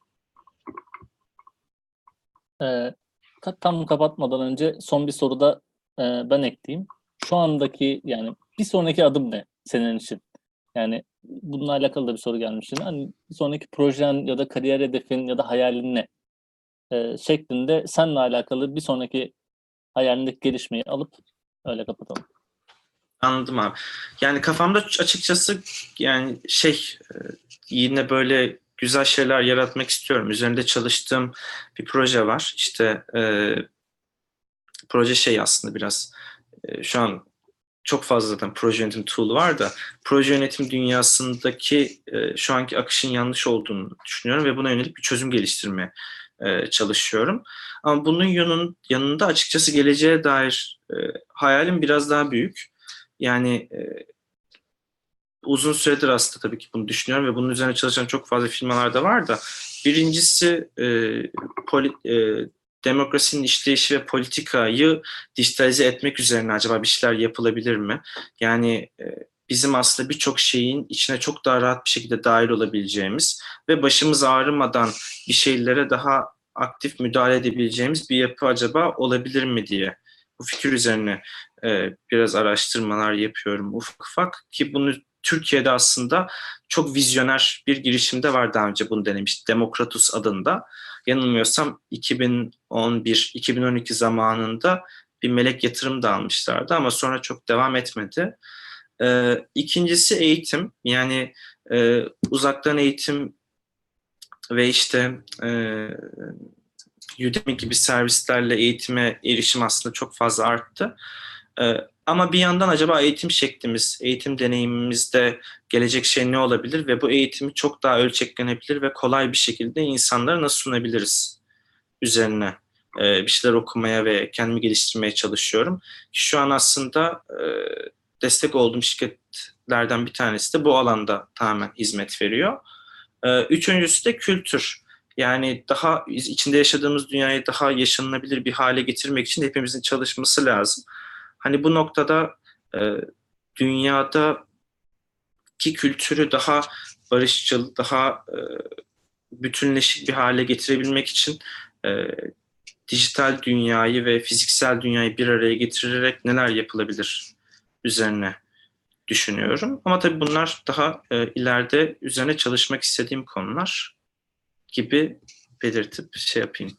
Ee, Tam kapatmadan önce son bir soru da ben ekleyeyim. Şu andaki yani bir sonraki adım ne senin için? Yani bununla alakalı da bir soru gelmiş yine. Hani bir sonraki projen ya da kariyer hedefin ya da hayalin ne? Şeklinde seninle alakalı bir sonraki hayalindeki gelişmeyi alıp öyle kapatalım. Anladım abi. Yani kafamda açıkçası yani yine böyle güzel şeyler yaratmak istiyorum. Üzerinde çalıştığım bir proje var. İşte proje aslında biraz şu an çok fazla zaten proje yönetim tool'u var da proje yönetim dünyasındaki şu anki akışın yanlış olduğunu düşünüyorum ve buna yönelik bir çözüm geliştirmeye çalışıyorum. Ama bunun yanında açıkçası geleceğe dair hayalim biraz daha büyük. Yani uzun süredir aslında tabii ki bunu düşünüyorum ve bunun üzerine çalışan çok fazla firmalar da var da birincisi demokrasinin işleyişi ve politikayı dijitalize etmek üzerine acaba bir şeyler yapılabilir mi? Yani bizim aslında birçok şeyin içine çok daha rahat bir şekilde dahil olabileceğimiz ve başımız ağrımadan bir şeylere daha aktif müdahale edebileceğimiz bir yapı acaba olabilir mi diye bu fikir üzerine biraz araştırmalar yapıyorum ufak ufak, ki bunu Türkiye'de aslında çok vizyoner bir girişimde var, daha önce bunu denemiş, Demokratus adında. Yanılmıyorsam 2011-2012 zamanında bir melek yatırım da almışlardı ama sonra çok devam etmedi. İkincisi eğitim. Yani uzaktan eğitim ve işte Udemy gibi servislerle eğitime erişim aslında çok fazla arttı. Ama bir yandan acaba eğitim şeklimiz, eğitim deneyimimizde gelecek şey ne olabilir ve bu eğitimi çok daha ölçeklenebilir ve kolay bir şekilde insanlara nasıl sunabiliriz üzerine bir şeyler okumaya ve kendimi geliştirmeye çalışıyorum. Şu an aslında destek olduğum şirketlerden bir tanesi de bu alanda tamamen hizmet veriyor. Üçüncüsü de kültür. Yani daha içinde yaşadığımız dünyayı daha yaşanılabilir bir hale getirmek için hepimizin çalışması lazım. Hani bu noktada dünyadaki kültürü daha barışçıl, daha bütünleşik bir hale getirebilmek için dijital dünyayı ve fiziksel dünyayı bir araya getirerek neler yapılabilir üzerine düşünüyorum. Ama tabii bunlar daha ileride üzerine çalışmak istediğim konular gibi belirtip şey yapayım.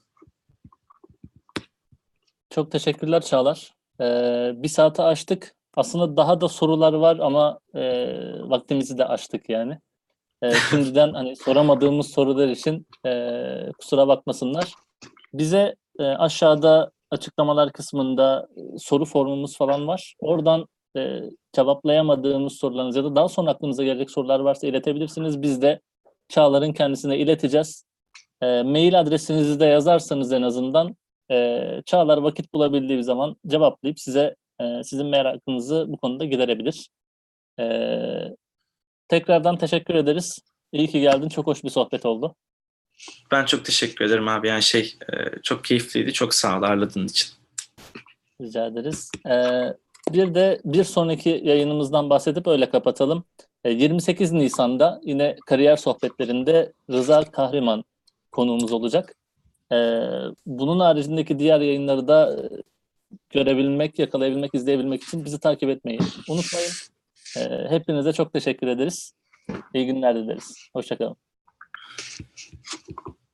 Çok teşekkürler Çağlar. Bir saate aştık. Aslında daha da sorular var ama vaktimizi de aştık yani. Şimdiden hani soramadığımız sorular için kusura bakmasınlar. Bize aşağıda açıklamalar kısmında soru formumuz falan var. Oradan cevaplayamadığımız sorularınızı ya da daha sonra aklınıza gelecek sorular varsa iletebilirsiniz. Biz de Çağlar'ın kendisine ileteceğiz. Mail adresinizi de yazarsanız en azından Çağlar vakit bulabildiği bir zaman cevaplayıp size sizin merakınızı bu konuda giderebilir. Tekrardan teşekkür ederiz. İyi ki geldin. Çok hoş bir sohbet oldu. Ben çok teşekkür ederim abi. Yani çok keyifliydi. Çok sağ ol ağırladığın için. Rica ederiz. Bir de bir sonraki yayınımızdan bahsedip öyle kapatalım. 28 Nisan'da yine kariyer sohbetlerinde Rıza Kahraman konuğumuz olacak. Bunun haricindeki diğer yayınları da görebilmek, yakalayabilmek, izleyebilmek için bizi takip etmeyi unutmayın. Hepinize çok teşekkür ederiz. İyi günler dileriz. Hoşça kalın.